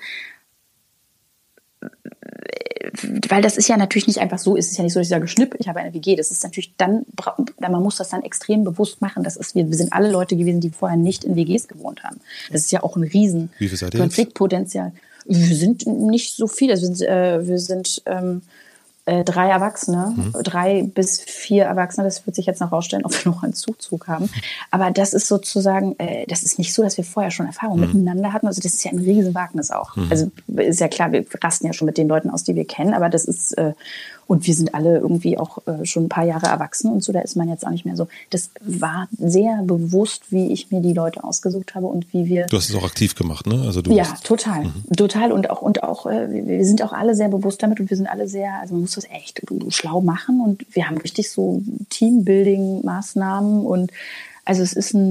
weil das ist ja natürlich nicht einfach so, es ist ja nicht so, dass ich sage, Schnipp, ich habe eine WG, das ist natürlich dann, man muss das dann extrem bewusst machen, wir sind alle Leute gewesen, die vorher nicht in WGs gewohnt haben. Das ist ja auch ein riesen Konfliktpotenzial. Wir sind nicht so viele, wir sind 3 Erwachsene, 3 bis 4 Erwachsene, das wird sich jetzt noch rausstellen, ob wir noch einen Zuzug haben. Aber das ist sozusagen, das ist nicht so, dass wir vorher schon Erfahrung miteinander hatten. Also das ist ja ein Riesenwagnis auch. Also ist ja klar, wir rasten ja schon mit den Leuten aus, die wir kennen, aber das ist, und wir sind alle irgendwie auch schon ein paar Jahre erwachsen und so, da ist man jetzt auch nicht mehr so. Das war sehr bewusst, wie ich mir die Leute ausgesucht habe und wie wir... Du hast es auch aktiv gemacht, ne? Also total. Total und auch wir sind auch alle sehr bewusst damit und wir sind alle sehr, also man muss das echt schlau machen und wir haben richtig so Teambuilding-Maßnahmen und also es ist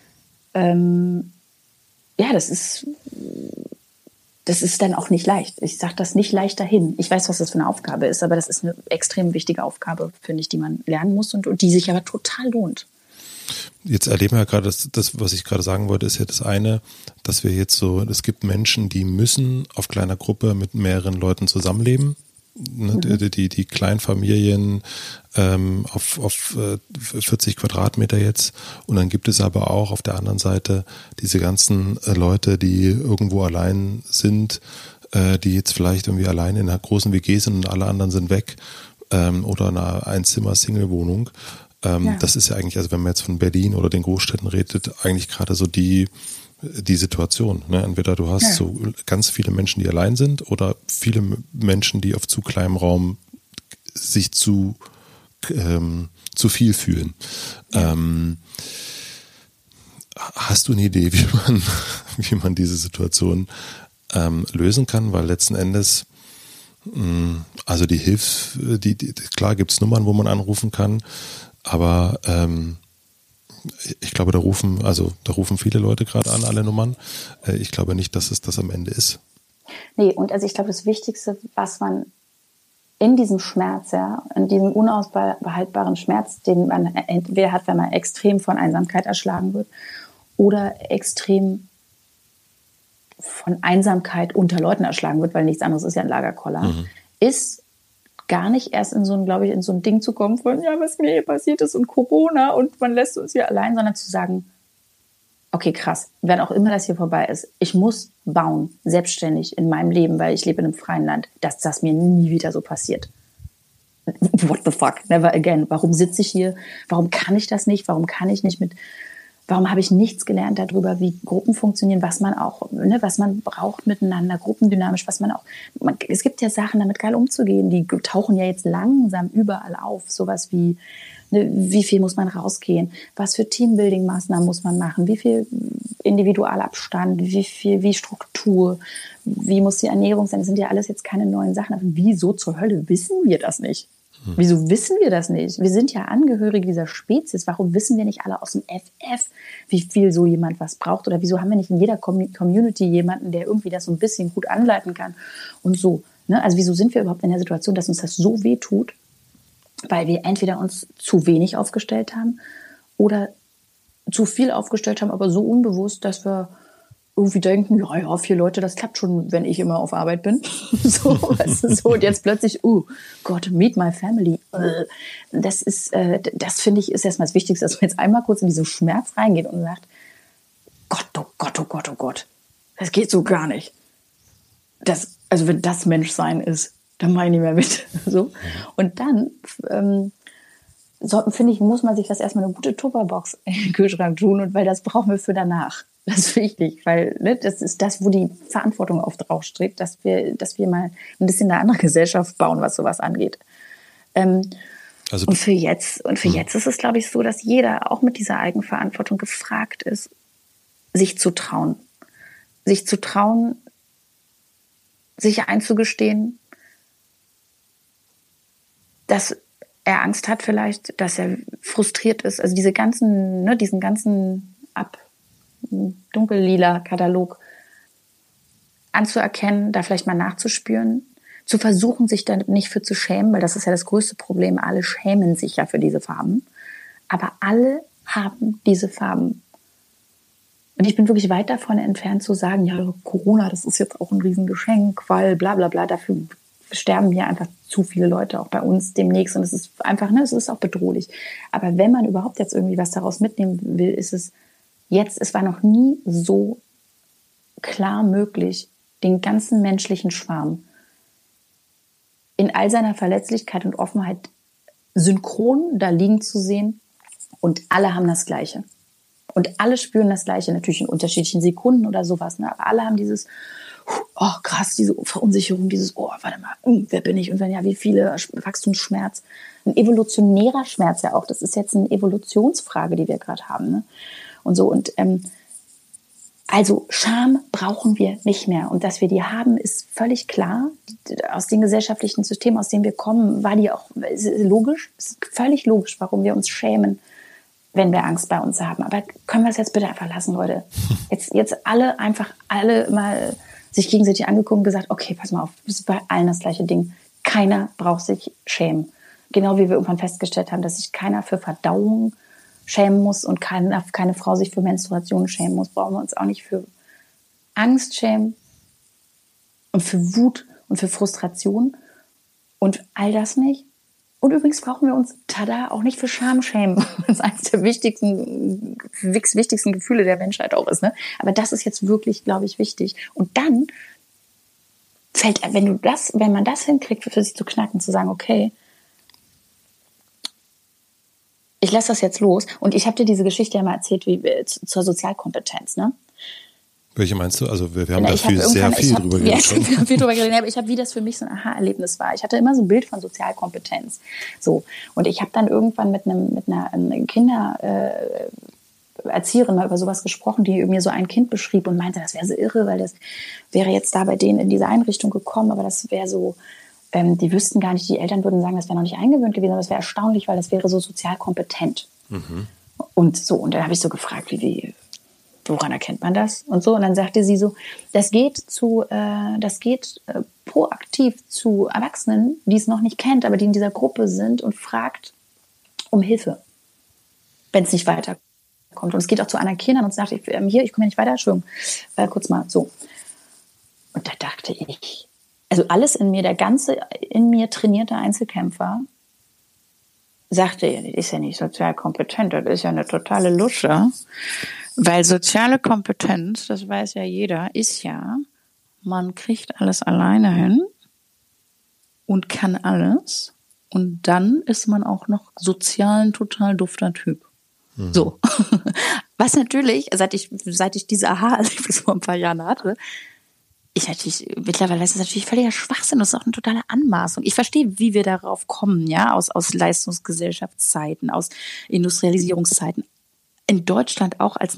das ist dann auch nicht leicht. Ich sage das nicht leicht dahin. Ich weiß, was das für eine Aufgabe ist, aber das ist eine extrem wichtige Aufgabe, finde ich, die man lernen muss und die sich aber total lohnt. Jetzt erleben wir gerade, das, was ich gerade sagen wollte, ist ja das eine, dass wir jetzt so, es gibt Menschen, die müssen auf kleiner Gruppe mit mehreren Leuten zusammenleben. Die Kleinfamilien auf 40 Quadratmeter jetzt. Und dann gibt es aber auch auf der anderen Seite diese ganzen Leute, die irgendwo allein sind, die jetzt vielleicht irgendwie allein in einer großen WG sind und alle anderen sind weg, oder einer Einzimmer-Single-Wohnung. Das ist ja eigentlich, also wenn man jetzt von Berlin oder den Großstädten redet, eigentlich gerade so die Situation. Ne? Entweder du hast so ganz viele Menschen, die allein sind, oder viele Menschen, die auf zu kleinem Raum sich zu viel fühlen. Ja. Hast du eine Idee, wie man diese Situation lösen kann? Weil letzten Endes, also klar gibt es Nummern, wo man anrufen kann, aber ich glaube, da rufen viele Leute gerade an, alle Nummern. Ich glaube nicht, dass es das am Ende ist. Nee, und also ich glaube, das Wichtigste, was man in diesem Schmerz, in diesem unaushaltbaren Schmerz, den man entweder hat, wenn man extrem von Einsamkeit erschlagen wird oder extrem von Einsamkeit unter Leuten erschlagen wird, weil nichts anderes ist ja ein Lagerkoller, ist gar nicht erst in so ein Ding zu kommen von, ja, was mir hier passiert ist und Corona und man lässt uns hier allein, sondern zu sagen, okay, krass, wenn auch immer das hier vorbei ist, ich muss bauen, selbstständig in meinem Leben, weil ich lebe in einem freien Land, dass das mir nie wieder so passiert. What the fuck, never again. Warum sitze ich hier? Warum kann ich das nicht? Warum habe ich nichts gelernt darüber, wie Gruppen funktionieren, was man auch, was man braucht miteinander, gruppendynamisch, es gibt ja Sachen, damit geil umzugehen, die tauchen ja jetzt langsam überall auf, sowas wie, wie viel muss man rausgehen, was für Teambuilding-Maßnahmen muss man machen, wie viel Individualabstand, wie Struktur, wie muss die Ernährung sein, das sind ja alles jetzt keine neuen Sachen, aber wieso zur Hölle wissen wir das nicht? Wieso wissen wir das nicht? Wir sind ja Angehörige dieser Spezies. Warum wissen wir nicht alle aus dem FF, wie viel so jemand was braucht? Oder wieso haben wir nicht in jeder Community jemanden, der irgendwie das so ein bisschen gut anleiten kann? Und so. Ne? Also wieso sind wir überhaupt in der Situation, dass uns das so weh tut? Weil wir entweder uns zu wenig aufgestellt haben oder zu viel aufgestellt haben, aber so unbewusst, dass wir irgendwie denken, ja, 4 Leute, das klappt schon, wenn ich immer auf Arbeit bin. So, weißt du, so, und jetzt plötzlich, Gott, meet my family. Das finde ich, ist erstmal das Wichtigste, dass man jetzt einmal kurz in diesen Schmerz reingeht und sagt, Gott, oh Gott, oh Gott, oh Gott, das geht so gar nicht. Also wenn das Menschsein ist, dann mache ich nicht mehr mit. So. Und dann, finde ich, muss man sich das erstmal eine gute Tupperbox in den Kühlschrank tun, und weil das brauchen wir für danach. Das ist wichtig, weil das ist das, wo die Verantwortung oft draufsteht, dass wir mal ein bisschen eine andere Gesellschaft bauen, was sowas angeht. Und für jetzt ist es, glaube ich, so, dass jeder auch mit dieser Eigenverantwortung gefragt ist, sich zu trauen, sich einzugestehen, dass er Angst hat vielleicht, dass er frustriert ist. Also diesen ganzen dunkellila Katalog anzuerkennen, da vielleicht mal nachzuspüren, zu versuchen, sich da nicht für zu schämen, weil das ist ja das größte Problem. Alle schämen sich ja für diese Farben. Aber alle haben diese Farben. Und ich bin wirklich weit davon entfernt zu sagen, ja, Corona, das ist jetzt auch ein Riesengeschenk, weil bla bla bla, dafür sterben hier einfach zu viele Leute, auch bei uns demnächst. Und es ist einfach, es ist auch bedrohlich. Aber wenn man überhaupt jetzt irgendwie was daraus mitnehmen will, ist es jetzt, es war noch nie so klar möglich, den ganzen menschlichen Schwarm in all seiner Verletzlichkeit und Offenheit synchron da liegen zu sehen, und alle haben das Gleiche. Und alle spüren das Gleiche, natürlich in unterschiedlichen Sekunden oder sowas, aber alle haben dieses, oh krass, diese Verunsicherung, dieses, oh, warte mal, wer bin ich? Und wenn ja, wie viele, Wachstumsschmerz, ein evolutionärer Schmerz ja auch, das ist jetzt eine Evolutionsfrage, die wir gerade haben, ne? Und so, und also Scham brauchen wir nicht mehr. Und dass wir die haben, ist völlig klar. Aus den gesellschaftlichen Systemen, aus denen wir kommen, war die auch logisch. Es ist völlig logisch, warum wir uns schämen, wenn wir Angst bei uns haben. Aber können wir es jetzt bitte einfach lassen, Leute? Jetzt alle mal sich gegenseitig angeguckt und gesagt, okay, pass mal auf, das ist bei allen das gleiche Ding. Keiner braucht sich schämen. Genau wie wir irgendwann festgestellt haben, dass sich keiner für Verdauung schämen muss und keine Frau sich für Menstruation schämen muss, brauchen wir uns auch nicht für Angst schämen und für Wut und für Frustration und all das nicht. Und übrigens brauchen wir uns, auch nicht für Scham schämen, was eines der wichtigsten Gefühle der Menschheit auch ist. Ne? Aber das ist jetzt wirklich, glaube ich, wichtig. Und dann wenn man das hinkriegt, für sich zu knacken, zu sagen, okay, ich lasse das jetzt los. Und ich habe dir diese Geschichte ja mal erzählt, zur Sozialkompetenz, ne? Welche meinst du? Also wir haben da sehr viel drüber gesprochen. Wir haben viel drüber geredet, aber ich habe, wie das für mich so ein Aha-Erlebnis war. Ich hatte immer so ein Bild von Sozialkompetenz. So. Und ich habe dann irgendwann mit einer Kindererzieherin mal über sowas gesprochen, die mir so ein Kind beschrieb und meinte, das wäre so irre, weil das wäre jetzt da bei denen in diese Einrichtung gekommen, aber das wäre so, die wüssten gar nicht, die Eltern würden sagen, das wäre noch nicht eingewöhnt gewesen, aber das wäre erstaunlich, weil das wäre so sozial kompetent. Mhm. Und so, und dann habe ich so gefragt, woran erkennt man das? Und so, und dann sagte sie so, das geht proaktiv zu Erwachsenen, die es noch nicht kennt, aber die in dieser Gruppe sind und fragt um Hilfe, wenn es nicht weiterkommt. Und es geht auch zu anderen Kindern und sagt, ich komme hier nicht weiter, Entschuldigung, kurz mal so. Und da dachte ich, also alles in mir, der ganze in mir trainierte Einzelkämpfer sagte, das ist ja nicht sozial kompetent, das ist ja eine totale Lusche. Weil soziale Kompetenz, das weiß ja jeder, ist ja, man kriegt alles alleine hin und kann alles. Und dann ist man auch noch sozial ein total dufter Typ. Mhm. So. Was natürlich, seit ich diese Aha-Erlebnis vor ein paar Jahren hatte, mittlerweile ist das natürlich völliger Schwachsinn, das ist auch eine totale Anmaßung. Ich verstehe, wie wir darauf kommen, ja, aus Leistungsgesellschaftszeiten, aus Industrialisierungszeiten. In Deutschland auch als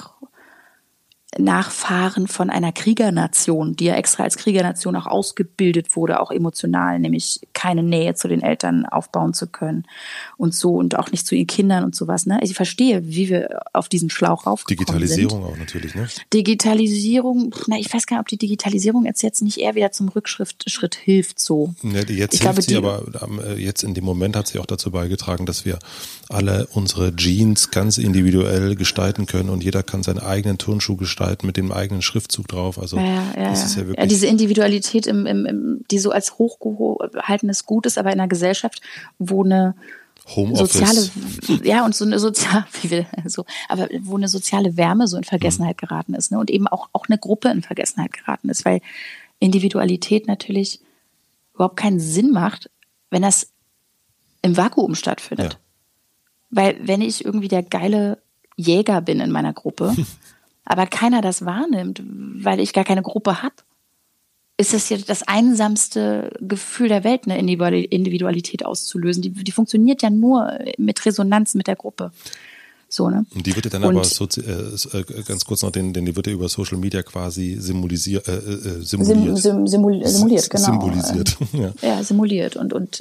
Nachfahren von einer Kriegernation, die ja extra als Kriegernation auch ausgebildet wurde, auch emotional, nämlich keine Nähe zu den Eltern aufbauen zu können und so und auch nicht zu ihren Kindern und sowas. Ne? Ich verstehe, wie wir auf diesen Schlauch raufgekommen Digitalisierung sind. Auch natürlich, ne? Digitalisierung, ich weiß gar nicht, ob die Digitalisierung jetzt nicht eher wieder zum Rückschritt hilft so. Ne, jetzt hilft sie, aber jetzt in dem Moment hat sie auch dazu beigetragen, dass wir alle unsere Jeans ganz individuell gestalten können und jeder kann seinen eigenen Turnschuh gestalten mit dem eigenen Schriftzug drauf. Also das ist ja wirklich diese Individualität, die so als hochgehaltenes Gut ist, aber in einer Gesellschaft, wo eine Homeoffice. Und so eine aber wo eine soziale Wärme so in Vergessenheit geraten ist, ne? Und eben auch eine Gruppe in Vergessenheit geraten ist, weil Individualität natürlich überhaupt keinen Sinn macht, wenn das im Vakuum stattfindet. Ja. Weil wenn ich irgendwie der geile Jäger bin in meiner Gruppe, aber keiner das wahrnimmt, weil ich gar keine Gruppe habe, ist das ja das einsamste Gefühl der Welt, eine Individualität auszulösen. Die funktioniert ja nur mit Resonanz mit der Gruppe. So, ne? Und die wird ja dann aber ganz kurz noch, die wird ja über Social Media quasi simuliert, genau. Symbolisiert. Ja, simuliert. Und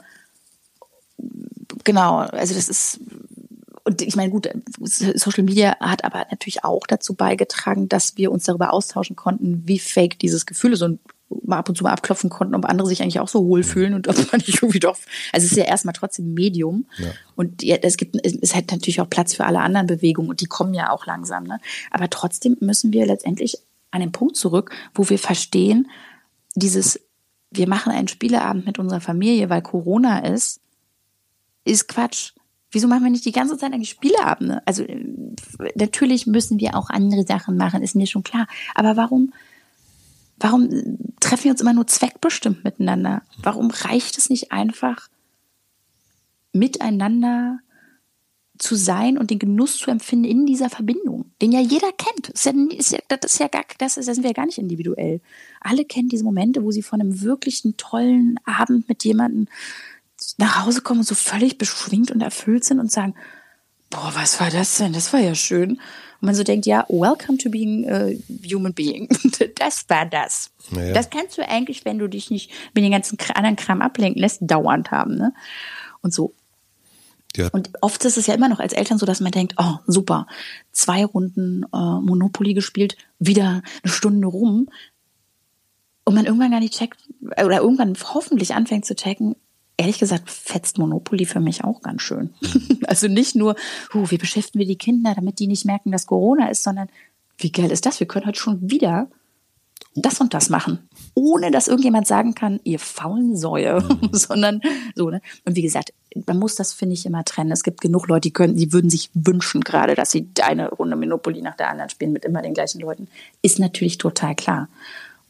genau, also das ist. Und ich meine, gut, Social Media hat aber natürlich auch dazu beigetragen, dass wir uns darüber austauschen konnten, wie fake dieses Gefühl ist und mal ab und zu mal abklopfen konnten, ob andere sich eigentlich auch so wohl fühlen und ob man nicht irgendwie doch. Also es ist ja erstmal trotzdem ein Medium. Ja. Und es hat natürlich auch Platz für alle anderen Bewegungen und die kommen ja auch langsam. Ne? Aber trotzdem müssen wir letztendlich an den Punkt zurück, wo wir verstehen, wir machen einen Spieleabend mit unserer Familie, weil Corona ist Quatsch. Wieso machen wir nicht die ganze Zeit eigentlich Spieleabende? Also natürlich müssen wir auch andere Sachen machen, ist mir schon klar. Aber warum treffen wir uns immer nur zweckbestimmt miteinander? Warum reicht es nicht einfach, miteinander zu sein und den Genuss zu empfinden in dieser Verbindung, den ja jeder kennt? Da sind wir ja gar nicht individuell. Alle kennen diese Momente, wo sie von einem wirklichen tollen Abend mit jemandem nach Hause kommen und so völlig beschwingt und erfüllt sind und sagen, boah, was war das denn? Das war ja schön. Und man so denkt, ja, welcome to being a human being. Das war das. Naja. Das kannst du eigentlich, wenn du dich nicht mit den ganzen anderen Kram ablenken lässt, dauernd haben. Ne? Und so. Ja. Und oft ist es ja immer noch als Eltern so, dass man denkt, oh, super, 2 Runden Monopoly gespielt, wieder eine Stunde rum. Und man irgendwann gar nicht checkt, oder irgendwann hoffentlich anfängt zu checken, ehrlich gesagt, fetzt Monopoly für mich auch ganz schön. Also nicht nur, wie beschäftigen wir die Kinder, damit die nicht merken, dass Corona ist, sondern wie geil ist das? Wir können heute schon wieder das und das machen, ohne dass irgendjemand sagen kann, ihr faulen Säue, sondern so, ne? Und wie gesagt, man muss das, finde ich, immer trennen. Es gibt genug Leute, die würden sich wünschen gerade, dass sie eine Runde Monopoly nach der anderen spielen mit immer den gleichen Leuten. Ist natürlich total klar.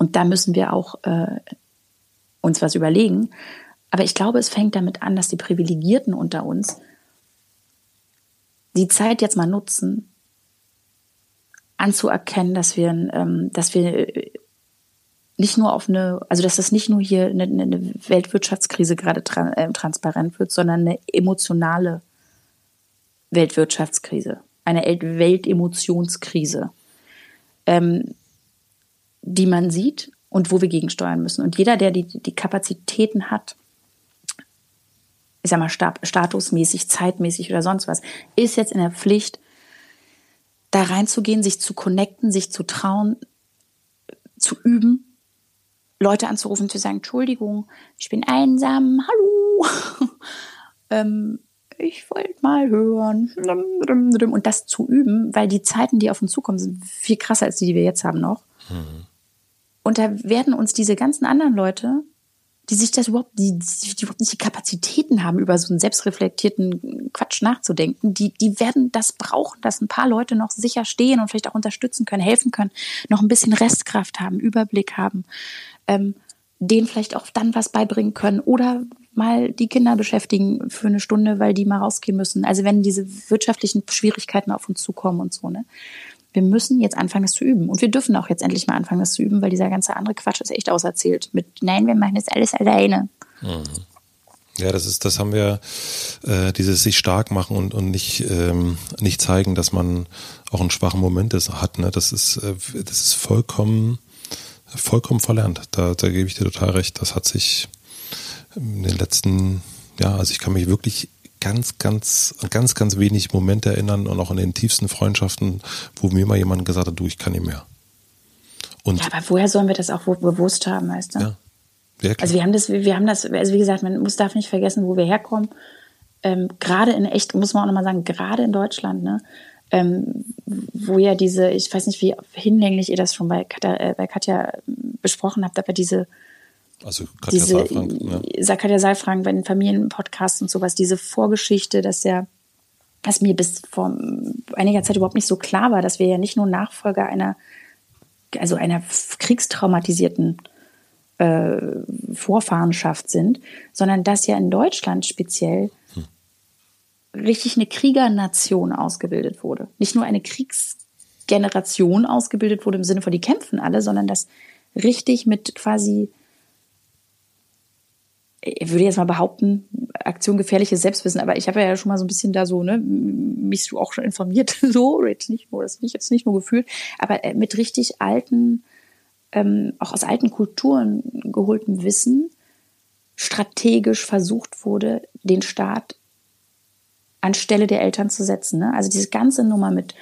Und da müssen wir auch uns was überlegen. Aber ich glaube, es fängt damit an, dass die Privilegierten unter uns die Zeit jetzt mal nutzen, anzuerkennen, dass wir nicht nur dass das nicht nur hier eine Weltwirtschaftskrise gerade transparent wird, sondern eine emotionale Weltwirtschaftskrise, eine Weltemotionskrise, die man sieht und wo wir gegensteuern müssen. Und jeder, der die Kapazitäten hat, ich sag mal statusmäßig, zeitmäßig oder sonst was, ist jetzt in der Pflicht, da reinzugehen, sich zu connecten, sich zu trauen, zu üben, Leute anzurufen, zu sagen, Entschuldigung, ich bin einsam, hallo, ich wollte mal hören. Und das zu üben, weil die Zeiten, die auf uns zukommen, sind viel krasser als die wir jetzt haben noch. Mhm. Und da werden uns diese ganzen anderen Leute, die sich das überhaupt nicht die Kapazitäten haben, über so einen selbstreflektierten Quatsch nachzudenken, die werden das brauchen, dass ein paar Leute noch sicher stehen und vielleicht auch unterstützen können, helfen können, noch ein bisschen Restkraft haben, Überblick haben, denen vielleicht auch dann was beibringen können oder mal die Kinder beschäftigen für eine Stunde, weil die mal rausgehen müssen. Also wenn diese wirtschaftlichen Schwierigkeiten auf uns zukommen und so, ne? Wir müssen jetzt anfangen, das zu üben. Und wir dürfen auch jetzt endlich mal anfangen, das zu üben, weil dieser ganze andere Quatsch ist echt auserzählt. Nein, wir machen das alles alleine. Mhm. Ja, das haben wir, dieses sich stark machen und nicht zeigen, dass man auch einen schwachen Moment hat. Ne? Das ist vollkommen verlernt. Da gebe ich dir total recht. Das hat sich in den letzten, also ich kann mich wirklich ganz wenig Momente erinnern und auch in den tiefsten Freundschaften, wo mir mal jemand gesagt hat, du, ich kann nicht mehr. Und aber woher sollen wir das auch bewusst haben, weißt du? Ja, also wir haben das, also wie gesagt, darf nicht vergessen, wo wir herkommen. Gerade muss man auch nochmal sagen, gerade in Deutschland, ne? Wo ja ich weiß nicht, wie hinlänglich ihr das schon bei Katja besprochen habt, aber also Katja Saalfrank, Katja Saalfrank bei den Familienpodcasts und sowas, diese Vorgeschichte, dass mir bis vor einiger Zeit überhaupt nicht so klar war, dass wir ja nicht nur Nachfolger einer kriegstraumatisierten Vorfahrenschaft sind, sondern dass ja in Deutschland speziell richtig eine Kriegernation ausgebildet wurde. Nicht nur eine Kriegsgeneration ausgebildet wurde im Sinne von, die kämpfen alle, sondern dass richtig mit quasi, ich würde jetzt mal behaupten, Aktion gefährliches Selbstwissen, aber ich habe ja schon mal so ein bisschen da so, ne, mich so auch schon informiert, so, jetzt nicht nur, das bin ich jetzt nicht nur gefühlt, aber mit richtig alten, auch aus alten Kulturen geholtem Wissen strategisch versucht wurde, den Staat anstelle der Eltern zu setzen. Ne? Also diese ganze Nummer mit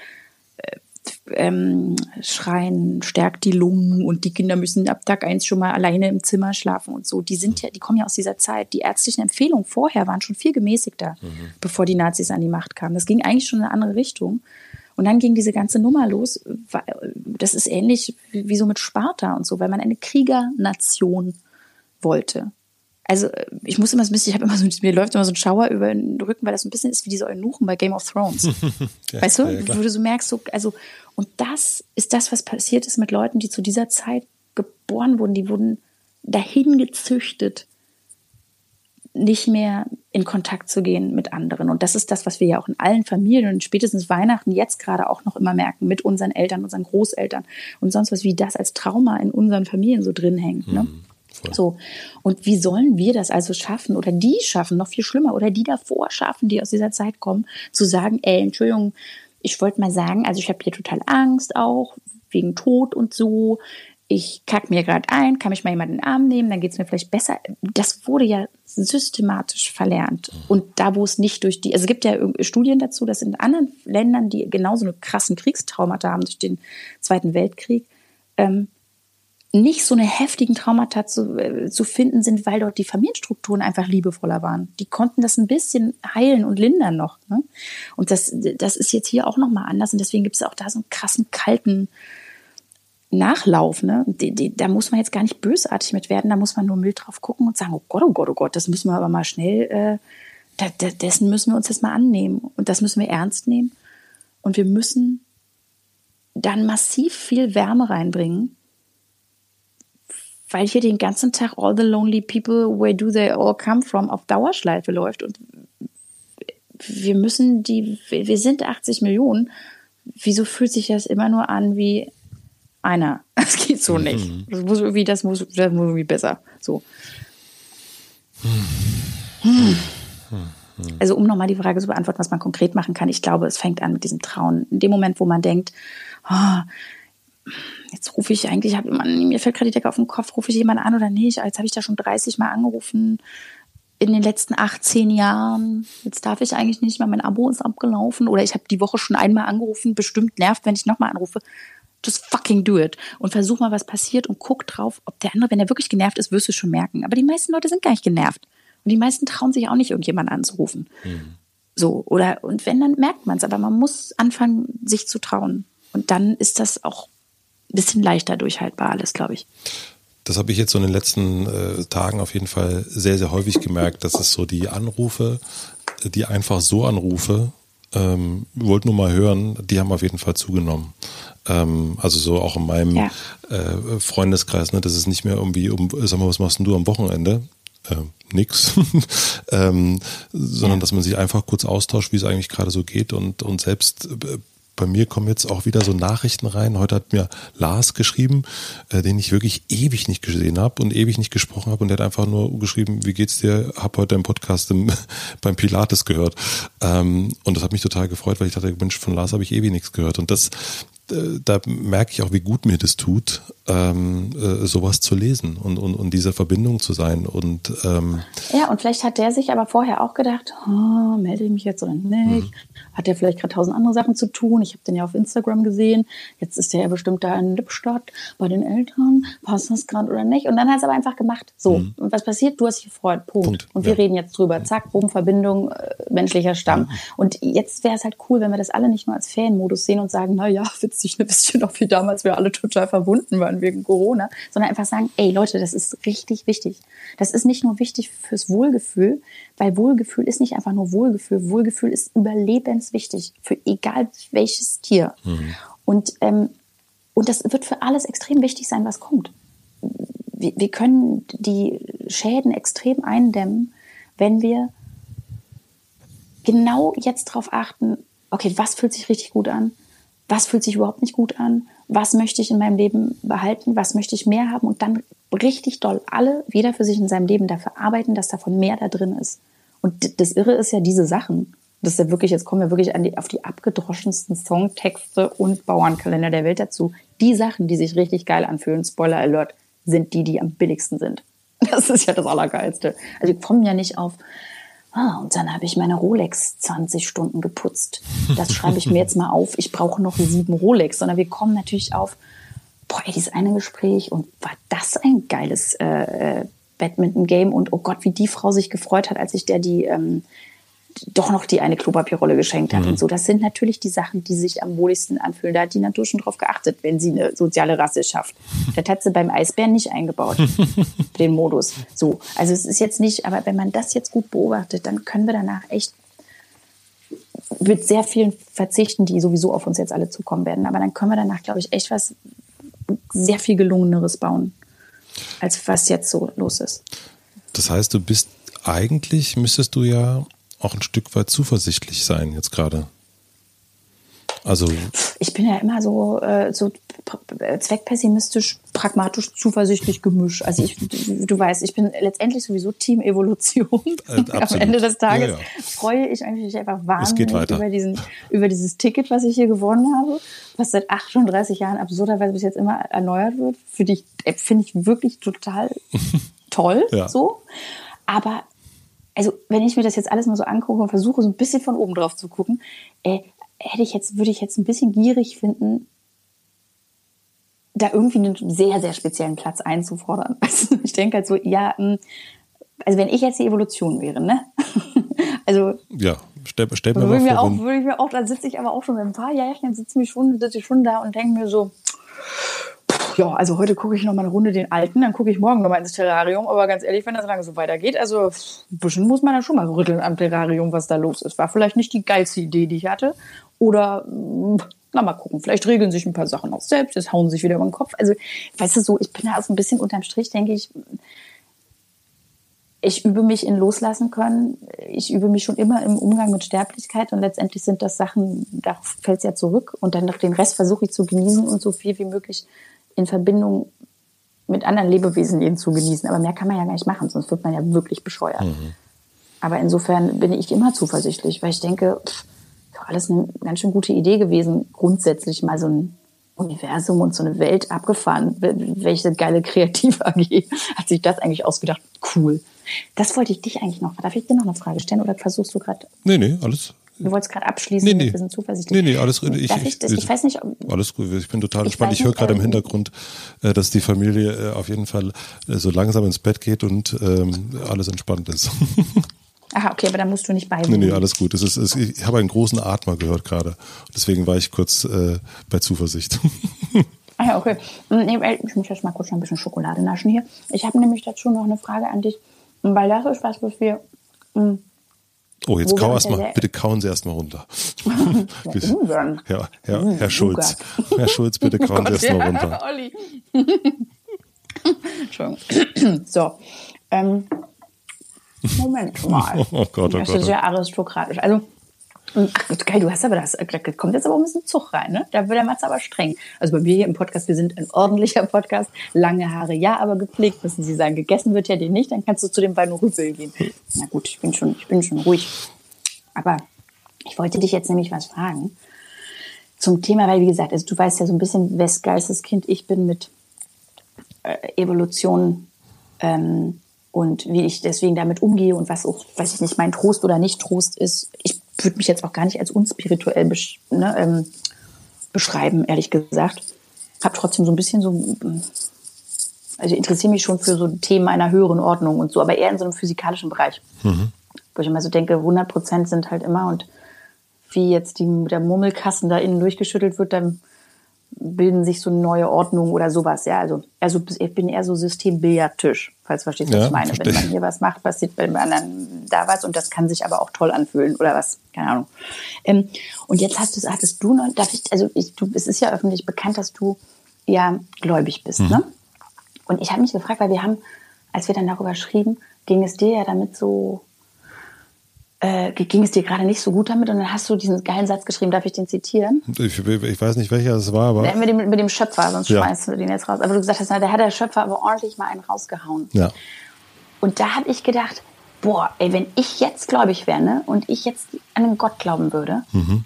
Schreien stärkt die Lungen und die Kinder müssen ab Tag 1 schon mal alleine im Zimmer schlafen und so. Die kommen ja aus dieser Zeit. Die ärztlichen Empfehlungen vorher waren schon viel gemäßigter, bevor die Nazis an die Macht kamen. Das ging eigentlich schon in eine andere Richtung. Und dann ging diese ganze Nummer los. Das ist ähnlich wie so mit Sparta und so, weil man eine Kriegernation wollte. Also ich muss immer so ein bisschen, mir läuft immer so ein Schauer über den Rücken, weil das so ein bisschen ist wie diese Eunuchen bei Game of Thrones. Ja, weißt du? Ja, wo du so merkst, und das ist das, was passiert ist mit Leuten, die zu dieser Zeit geboren wurden. Die wurden dahin gezüchtet, nicht mehr in Kontakt zu gehen mit anderen. Und das ist das, was wir ja auch in allen Familien und spätestens Weihnachten jetzt gerade auch noch immer merken, mit unseren Eltern, unseren Großeltern und sonst was, wie das als Trauma in unseren Familien so drin hängt, ne? Voll. So. Und wie sollen wir das also schaffen oder die schaffen, noch viel schlimmer, oder die davor schaffen, die aus dieser Zeit kommen, zu sagen, Entschuldigung, ich wollte mal sagen, also ich habe hier total Angst auch, wegen Tod und so, ich kack mir gerade ein, kann mich mal jemand in den Arm nehmen, dann geht es mir vielleicht besser. Das wurde ja systematisch verlernt. Und da, wo es nicht also es gibt ja Studien dazu, dass in anderen Ländern, die genauso eine krassen Kriegstraumata haben durch den Zweiten Weltkrieg, nicht so eine heftigen Traumata zu finden sind, weil dort die Familienstrukturen einfach liebevoller waren. Die konnten das ein bisschen heilen und lindern noch. Ne? Und das ist jetzt hier auch nochmal anders. Und deswegen gibt es auch da so einen krassen, kalten Nachlauf. Ne? Da muss man jetzt gar nicht bösartig mit werden. Da muss man nur mild drauf gucken und sagen, oh Gott, oh Gott, oh Gott, das müssen wir aber mal schnell, dessen müssen wir uns jetzt mal annehmen. Und das müssen wir ernst nehmen. Und wir müssen dann massiv viel Wärme reinbringen, weil hier den ganzen Tag All the Lonely People, Where Do They All Come From auf Dauerschleife läuft und wir sind 80 Millionen. Wieso fühlt sich das immer nur an wie einer? Das geht so nicht. Das muss irgendwie besser. So. Also um nochmal die Frage zu beantworten, was man konkret machen kann. Ich glaube, es fängt an mit diesem Trauen. In dem Moment, wo man denkt, jetzt rufe ich eigentlich, mir fällt gerade die Decke auf den Kopf, rufe ich jemanden an oder nicht? Jetzt habe ich da schon 30 Mal angerufen in den letzten 18 Jahren. Jetzt darf ich eigentlich nicht mehr, mein Abo ist abgelaufen. Oder ich habe die Woche schon einmal angerufen, bestimmt nervt, wenn ich nochmal anrufe. Just fucking do it. Und versuch mal, was passiert und guck drauf, ob der andere, wenn er wirklich genervt ist, wirst du es schon merken. Aber die meisten Leute sind gar nicht genervt. Und die meisten trauen sich auch nicht, irgendjemanden anzurufen. So, und wenn, dann merkt man es. Aber man muss anfangen, sich zu trauen. Und dann ist das auch ein bisschen leichter durchhaltbar alles, glaube ich. Das habe ich jetzt so in den letzten Tagen auf jeden Fall sehr, sehr häufig gemerkt, dass es so die Anrufe, die einfach so Anrufe, wollt nur mal hören, die haben auf jeden Fall zugenommen. Also so auch in meinem Freundeskreis, ne, das ist nicht mehr irgendwie sag mal, was machst denn du am Wochenende? Nix. Sondern dass man sich einfach kurz austauscht, wie es eigentlich gerade so geht und selbst bei mir kommen jetzt auch wieder so Nachrichten rein. Heute hat mir Lars geschrieben, den ich wirklich ewig nicht gesehen habe und ewig nicht gesprochen habe. Und der hat einfach nur geschrieben, wie geht's dir? Hab heute einen Podcast beim Pilates gehört. Und das hat mich total gefreut, weil ich dachte, Mensch, von Lars habe ich ewig nichts gehört. Und da merke ich auch, wie gut mir das tut, sowas zu lesen und dieser Verbindung zu sein. Und ja, und vielleicht hat der sich aber vorher auch gedacht, melde ich mich jetzt oder nicht? Hat der vielleicht gerade 1000 andere Sachen zu tun? Ich habe den ja auf Instagram gesehen. Jetzt ist der ja bestimmt da in Lippstadt bei den Eltern. Passt das gerade oder nicht? Und dann hat es aber einfach gemacht. So, und was passiert? Du hast dich gefreut. Punkt. Und wir reden jetzt drüber. Zack, bumm, Verbindung, menschlicher Stamm. Und jetzt wäre es halt cool, wenn wir das alle nicht nur als Fan-Modus sehen und sagen, naja, witzig, ne, wisst ihr noch, wie damals wir alle total verbunden waren wegen Corona, sondern einfach sagen, ey Leute, das ist richtig wichtig. Das ist nicht nur wichtig fürs Wohlgefühl, weil Wohlgefühl ist nicht einfach nur Wohlgefühl. Wohlgefühl ist überlebenswichtig für egal welches Tier. Und das wird für alles extrem wichtig sein, was kommt. Wir können die Schäden extrem eindämmen, wenn wir genau jetzt darauf achten, okay, was fühlt sich richtig gut an? Was fühlt sich überhaupt nicht gut an? Was möchte ich in meinem Leben behalten? Was möchte ich mehr haben? Und dann richtig doll jeder für sich in seinem Leben dafür arbeiten, dass davon mehr da drin ist. Und das Irre ist ja diese Sachen. Das ist ja wirklich, jetzt kommen wir wirklich auf die abgedroschensten Songtexte und Bauernkalender der Welt dazu. Die Sachen, die sich richtig geil anfühlen, Spoiler Alert, sind die am billigsten sind. Das ist ja das Allergeilste. Also wir kommen ja nicht auf, und dann habe ich meine Rolex 20 Stunden geputzt. Das schreibe ich mir jetzt mal auf. Ich brauche noch 7 Rolex. Sondern wir kommen natürlich auf, dieses eine Gespräch und war das ein geiles Badminton-Game und oh Gott, wie die Frau sich gefreut hat, als ich der doch noch die eine Klopapierrolle geschenkt hat und so. Das sind natürlich die Sachen, die sich am wohligsten anfühlen. Da hat die Natur schon drauf geachtet, wenn sie eine soziale Rasse schafft. Das hat sie beim Eisbären nicht eingebaut, den Modus. So, also es ist jetzt nicht, aber wenn man das jetzt gut beobachtet, dann können wir danach echt mit sehr vielen verzichten, die sowieso auf uns jetzt alle zukommen werden. Aber dann können wir danach, glaube ich, echt was sehr viel Gelungeneres bauen, als was jetzt so los ist. Das heißt, müsstest du ja auch ein Stück weit zuversichtlich sein jetzt gerade. Also ich bin ja immer so zweckpessimistisch, pragmatisch, zuversichtlich gemischt. Also du weißt, ich bin letztendlich sowieso Team Evolution. Am Ende des Tages freue ich mich einfach wahnsinnig über dieses Ticket, was ich hier gewonnen habe, was seit 38 Jahren absurderweise bis jetzt immer erneuert wird. Finde ich wirklich total toll. So. Aber also wenn ich mir das jetzt alles mal so angucke und versuche, so ein bisschen von oben drauf zu gucken, würde ich jetzt ein bisschen gierig finden, da irgendwie einen sehr, sehr speziellen Platz einzufordern. Also ich denke halt so, also wenn ich jetzt die Evolution wäre, ne? Also ja, stell mir mal vor. Würde ich mir auch, da sitze ich aber auch schon mit ein paar Jährchen, sitze ich schon da und denke mir so, ja, also heute gucke ich noch mal eine Runde den Alten, dann gucke ich morgen noch mal ins Terrarium, aber ganz ehrlich, wenn das lange so weitergeht, also ein bisschen muss man dann schon mal rütteln am Terrarium, was da los ist. War vielleicht nicht die geilste Idee, die ich hatte, oder Na, mal gucken, vielleicht regeln sich ein paar Sachen auch selbst, jetzt hauen sich wieder über den Kopf. Also, weißt du, so, ich bin da auch so ein bisschen unterm Strich, denke ich übe mich in Loslassen können. Ich übe mich schon immer im Umgang mit Sterblichkeit und letztendlich sind das Sachen, da fällt es ja zurück und dann den Rest versuche ich zu genießen und so viel wie möglich in Verbindung mit anderen Lebewesen eben zu genießen. Aber mehr kann man ja gar nicht machen, sonst wird man ja wirklich bescheuert. Aber insofern bin ich immer zuversichtlich, weil ich denke, ist doch alles eine ganz schön gute Idee gewesen, grundsätzlich mal so ein Universum und so eine Welt abgefahren. Welche geile Kreativ-AG hat sich das eigentlich ausgedacht? Cool. Das wollte ich dich eigentlich noch. Darf ich dir noch eine Frage stellen oder versuchst du gerade? Nee, alles. Du wolltest gerade abschließen, wir sind zuversichtlich. Nee, alles gut. Ich weiß nicht, alles gut, ich bin total entspannt. Ich höre gerade im Hintergrund, dass die Familie auf jeden Fall so langsam ins Bett geht und alles entspannt ist. Aha, okay, aber da musst du nicht beiwohnen. Nee, alles gut. Ich habe einen großen Atmer gehört gerade. Deswegen war ich kurz bei Zuversicht. Ah ja, okay. Nee, ich muss jetzt mal kurz noch ein bisschen Schokolade naschen hier. Ich habe nämlich dazu noch eine Frage an dich, weil das ist was wir... Oh, jetzt bitte kauen Sie erstmal runter. Herr Schulz. Herr Schulz, bitte kauen Sie erstmal runter. Olli. Entschuldigung. So. Moment mal. Oh Gott. Das ist ja aristokratisch. Also, ach, geil, du hast aber das kommt jetzt aber ein bisschen Zug rein, ne? Da wird der Matze aber streng. Also bei mir hier im Podcast, wir sind ein ordentlicher Podcast. Lange Haare, ja, aber gepflegt müssen sie sein. Gegessen wird ja dir nicht, dann kannst du zu den beiden Rüpeln gehen. Na gut, ich bin schon ruhig. Aber ich wollte dich jetzt nämlich was fragen zum Thema, weil wie gesagt, also du weißt ja so ein bisschen, wes Geisteskind ich bin mit Evolution und wie ich deswegen damit umgehe und was auch, weiß ich nicht, mein Trost oder nicht Trost ist. Ich würde mich jetzt auch gar nicht als unspirituell beschreiben, ehrlich gesagt. Habe trotzdem so ein bisschen so, also interessiere mich schon für so Themen einer höheren Ordnung und so, aber eher in so einem physikalischen Bereich. Wo ich immer so denke, 100% sind halt immer und wie jetzt der Murmelkasten da innen durchgeschüttelt wird, dann bilden sich so neue Ordnungen oder sowas. Ja, also ich bin eher so System-Billardtisch, falls du verstehst, was ich meine. Verstehe. Wenn man hier was macht, passiert beim anderen da was und das kann sich aber auch toll anfühlen oder was, keine Ahnung. Und jetzt hattest du noch, es ist ja öffentlich bekannt, dass du ja gläubig bist, ne? Und ich habe mich gefragt, weil als wir dann darüber schrieben, ging es dir ja damit so, ging es dir gerade nicht so gut damit und dann hast du diesen geilen Satz geschrieben, darf ich den zitieren? Ich weiß nicht, welcher es war, aber... Mit dem Schöpfer, sonst schmeißt du den jetzt raus. Aber du gesagt hast, da hat der Schöpfer aber ordentlich mal einen rausgehauen. Ja. Und da habe ich gedacht, boah, ey, wenn ich jetzt gläubig wäre, ne, und ich jetzt an einen Gott glauben würde,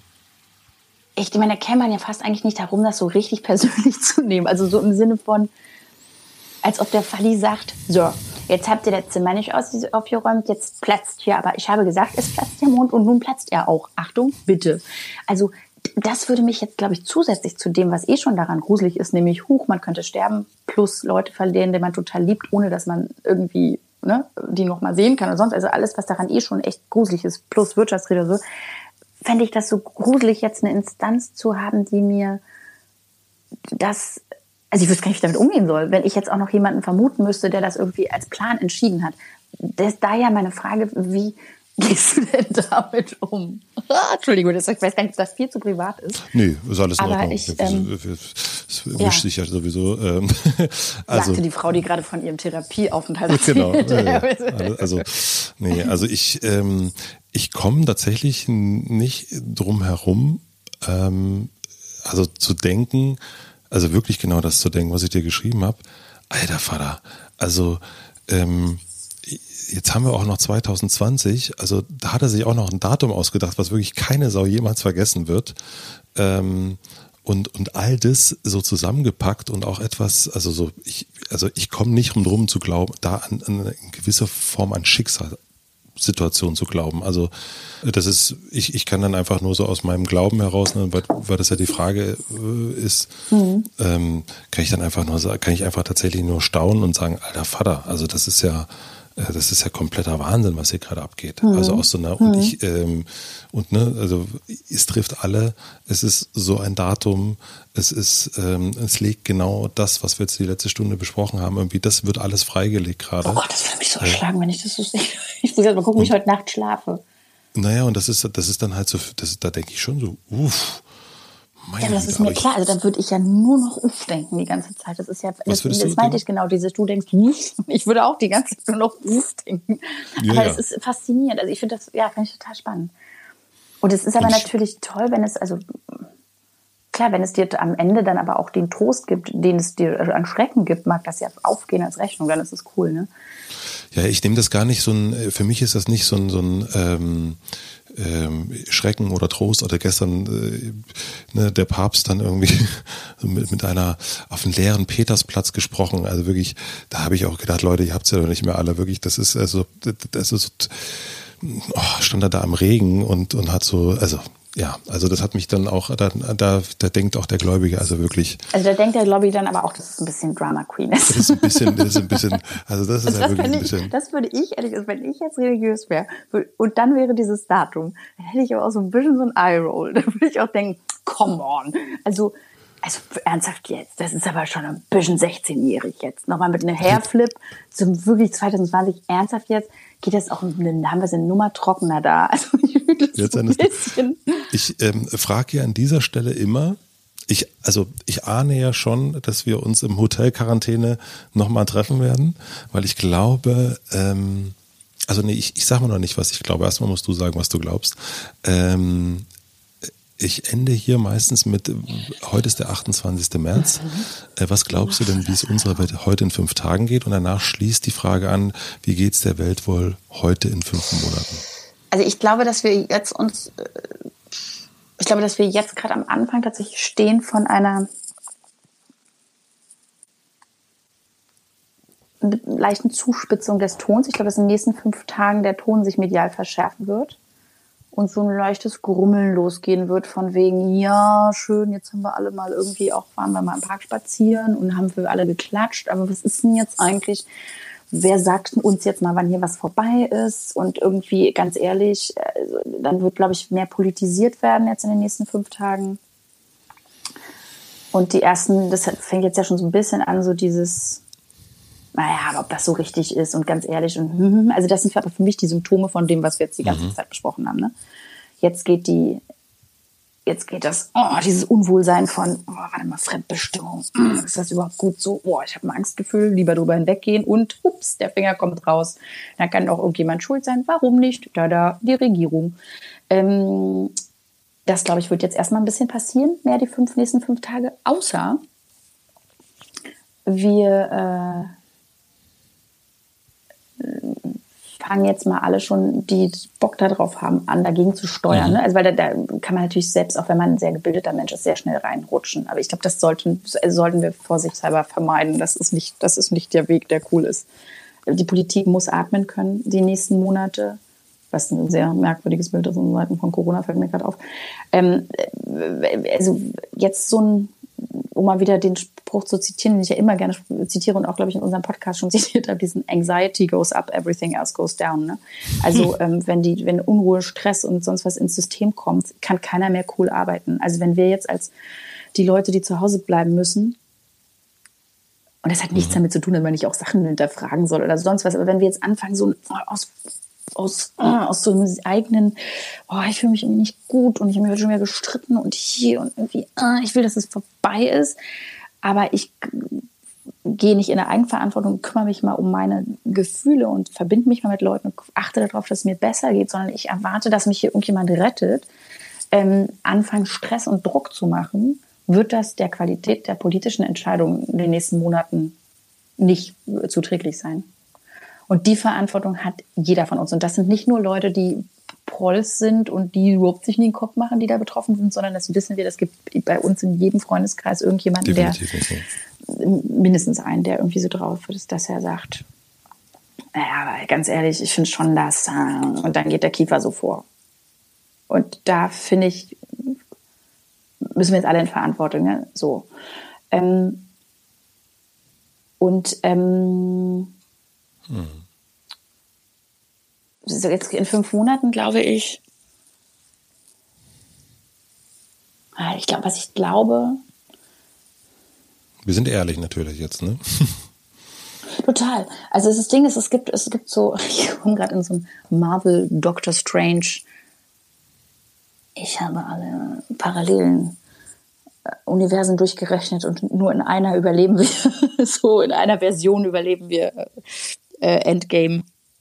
ich meine, da käme man ja fast eigentlich nicht darum, das so richtig persönlich zu nehmen. Also so im Sinne von, als ob der Falli sagt, so, jetzt habt ihr das Zimmer nicht aufgeräumt, jetzt platzt hier, aber ich habe gesagt, es platzt der Mond und nun platzt er auch. Achtung, bitte. Also das würde mich jetzt, glaube ich, zusätzlich zu dem, was schon daran gruselig ist, nämlich, man könnte sterben, plus Leute verlieren, die man total liebt, ohne dass man irgendwie die noch mal sehen kann oder sonst. Also alles, was daran schon echt gruselig ist, plus Wirtschaftskrise oder so, fände ich das so gruselig, jetzt eine Instanz zu haben, die mir das... Also ich wüsste gar nicht, wie ich damit umgehen soll, wenn ich jetzt auch noch jemanden vermuten müsste, der das irgendwie als Plan entschieden hat. Das ist da ja meine Frage, wie gehst du denn damit um? Entschuldigung, ich weiß gar nicht, ob das viel zu privat ist. Nee, ist alles in Ordnung. Es mischt sich ja sowieso. Sagte die Frau, die gerade von ihrem Therapieaufenthalt erzählt. Genau. Also ich komme tatsächlich nicht drum herum, also zu denken, also wirklich genau das zu denken, was ich dir geschrieben habe. Alter Vater, also jetzt haben wir auch noch 2020, also da hat er sich auch noch ein Datum ausgedacht, was wirklich keine Sau jemals vergessen wird. Und all das so zusammengepackt und auch etwas, ich komme nicht drum zu glauben, da an eine gewisse Form an Schicksalssituation zu glauben. Also das ist, ich kann dann einfach nur so aus meinem Glauben heraus, weil das ja die Frage ist, kann ich einfach tatsächlich nur staunen und sagen, alter Vater, also das ist ja kompletter Wahnsinn, was hier gerade abgeht. Also aus so einer, also es trifft alle, es ist so ein Datum, es legt genau das, was wir jetzt die letzte Stunde besprochen haben, irgendwie, das wird alles freigelegt gerade. Oh Gott, das würde mich so erschlagen, wenn ich das so sehe. Ich muss jetzt mal gucken, wie ich heute Nacht schlafe. Naja, und das ist dann halt so, da denke ich schon so, Ja, das ist mir klar. Also dann würde ich ja nur noch denken die ganze Zeit. Das ist ja, das meinte ich genau, du denkst, ich würde auch die ganze Zeit nur noch denken. Aber es ist faszinierend. Also ich finde das, finde ich total spannend. Und es ist aber natürlich toll, wenn es, also klar, wenn es dir am Ende dann aber auch den Trost gibt, den es dir an Schrecken gibt, mag das ja aufgehen als Rechnung, dann ist es cool, ne? Ja, ich nehme das gar nicht für mich ist das nicht so ein Schrecken oder Trost oder gestern der Papst dann irgendwie mit einer auf einem leeren Petersplatz gesprochen, also wirklich, da habe ich auch gedacht, Leute, ihr habt's ja doch nicht mehr alle, wirklich, das ist stand er da am Regen und hat so, also das hat mich dann auch, da denkt auch der Gläubige, also wirklich. Also da denkt der Gläubige dann aber auch, dass es ein bisschen Drama Queen ist. Das ist ein bisschen, also das ist ja wirklich ein bisschen. Das würde ich, ehrlich gesagt, wenn ich jetzt religiös wäre, und dann wäre dieses Datum, dann hätte ich aber auch so ein bisschen so ein Eye-Roll. Da würde ich auch denken, come on. Also ernsthaft jetzt, das ist aber schon ein bisschen 16-jährig jetzt. Nochmal mit einem Hairflip zum wirklich 2020, ernsthaft jetzt, geht das auch, haben wir so eine Nummer trockener da. Also ich finde das so ein bisschen. Ich frage ja an dieser Stelle immer, ich ahne ja schon, dass wir uns im nochmal treffen werden, weil ich glaube, ich sag mal noch nicht, was ich glaube. Erstmal musst du sagen, was du glaubst. Ich ende hier meistens mit, heute ist der 28. März. Was glaubst du denn, wie es unserer Welt heute in 5 Tagen geht? Und danach schließt die Frage an, wie geht es der Welt wohl heute in 5 Monaten? Also ich glaube, dass wir jetzt gerade am Anfang tatsächlich stehen von einer leichten Zuspitzung des Tons. Ich glaube, dass in den nächsten 5 Tagen der Ton sich medial verschärfen wird. Und so ein leichtes Grummeln losgehen wird von wegen, ja, schön, jetzt haben wir alle mal irgendwie auch, waren wir mal im Park spazieren und haben für alle geklatscht, aber was ist denn jetzt eigentlich, wer sagt uns jetzt mal, wann hier was vorbei ist? Und irgendwie, ganz ehrlich, dann wird, glaube ich, mehr politisiert werden jetzt in den nächsten 5 Tagen. Und die ersten, das fängt jetzt ja schon so ein bisschen an, so dieses, naja, aber ob das so richtig ist und ganz ehrlich und also das sind aber für mich die Symptome von dem, was wir jetzt die ganze Zeit besprochen haben. Ne? Jetzt geht das, dieses Unwohlsein von, warte mal, Fremdbestimmung, ist das überhaupt gut so? Ich habe ein Angstgefühl, lieber drüber hinweggehen und ups, der Finger kommt raus. Dann kann doch irgendjemand schuld sein. Warum nicht? Die Regierung. Das, glaube ich, wird jetzt erstmal ein bisschen passieren, mehr die nächsten 5 Tage, außer wir fangen jetzt mal alle schon, die Bock darauf haben, an, dagegen zu steuern. Ne? Also weil da kann man natürlich selbst, auch wenn man ein sehr gebildeter Mensch ist, sehr schnell reinrutschen. Aber ich glaube, das sollten wir vorsichtshalber vermeiden. Das ist nicht der Weg, der cool ist. Die Politik muss atmen können die nächsten Monate. Was ein sehr merkwürdiges Bild ist, in Zeiten von Corona fällt mir gerade auf. Also jetzt so ein, um mal wieder den Spruch zu zitieren, den ich ja immer gerne zitiere und auch, glaube ich, in unserem Podcast schon zitiert habe, diesen Anxiety goes up, everything else goes down. Ne? Also wenn Unruhe, Stress und sonst was ins System kommt, kann keiner mehr cool arbeiten. Also wenn wir jetzt als die Leute, die zu Hause bleiben müssen, und das hat nichts damit zu tun, dass man nicht auch Sachen hinterfragen soll oder sonst was, aber wenn wir jetzt anfangen, so aus so einem eigenen, ich fühle mich irgendwie nicht gut und ich habe mich schon wieder gestritten und hier und irgendwie, ich will, dass es vorbei ist, aber ich gehe nicht in der Eigenverantwortung, kümmere mich mal um meine Gefühle und verbinde mich mal mit Leuten und achte darauf, dass es mir besser geht, sondern ich erwarte, dass mich hier irgendjemand rettet, anfangen Stress und Druck zu machen, wird das der Qualität der politischen Entscheidungen in den nächsten Monaten nicht zuträglich sein. Und die Verantwortung hat jeder von uns. Und das sind nicht nur Leute, die Prolls sind und die überhaupt sich nie den Kopf machen, die da betroffen sind, sondern das wissen wir, es gibt bei uns in jedem Freundeskreis irgendjemanden, mindestens einen, der irgendwie so drauf ist, dass er sagt, naja, aber ganz ehrlich, ich finde schon das, und dann geht der Kiefer so vor. Und da finde ich, müssen wir jetzt alle in Verantwortung, ne? So. Jetzt in 5 Monaten, glaube ich, was ich glaube. Wir sind ehrlich natürlich jetzt, ne? Total. Also das Ding ist, es gibt so, ich komme gerade in so ein Marvel Doctor Strange. Ich habe alle Parallelen Universen durchgerechnet und nur in einer überleben wir, so in einer Version überleben wir Endgame.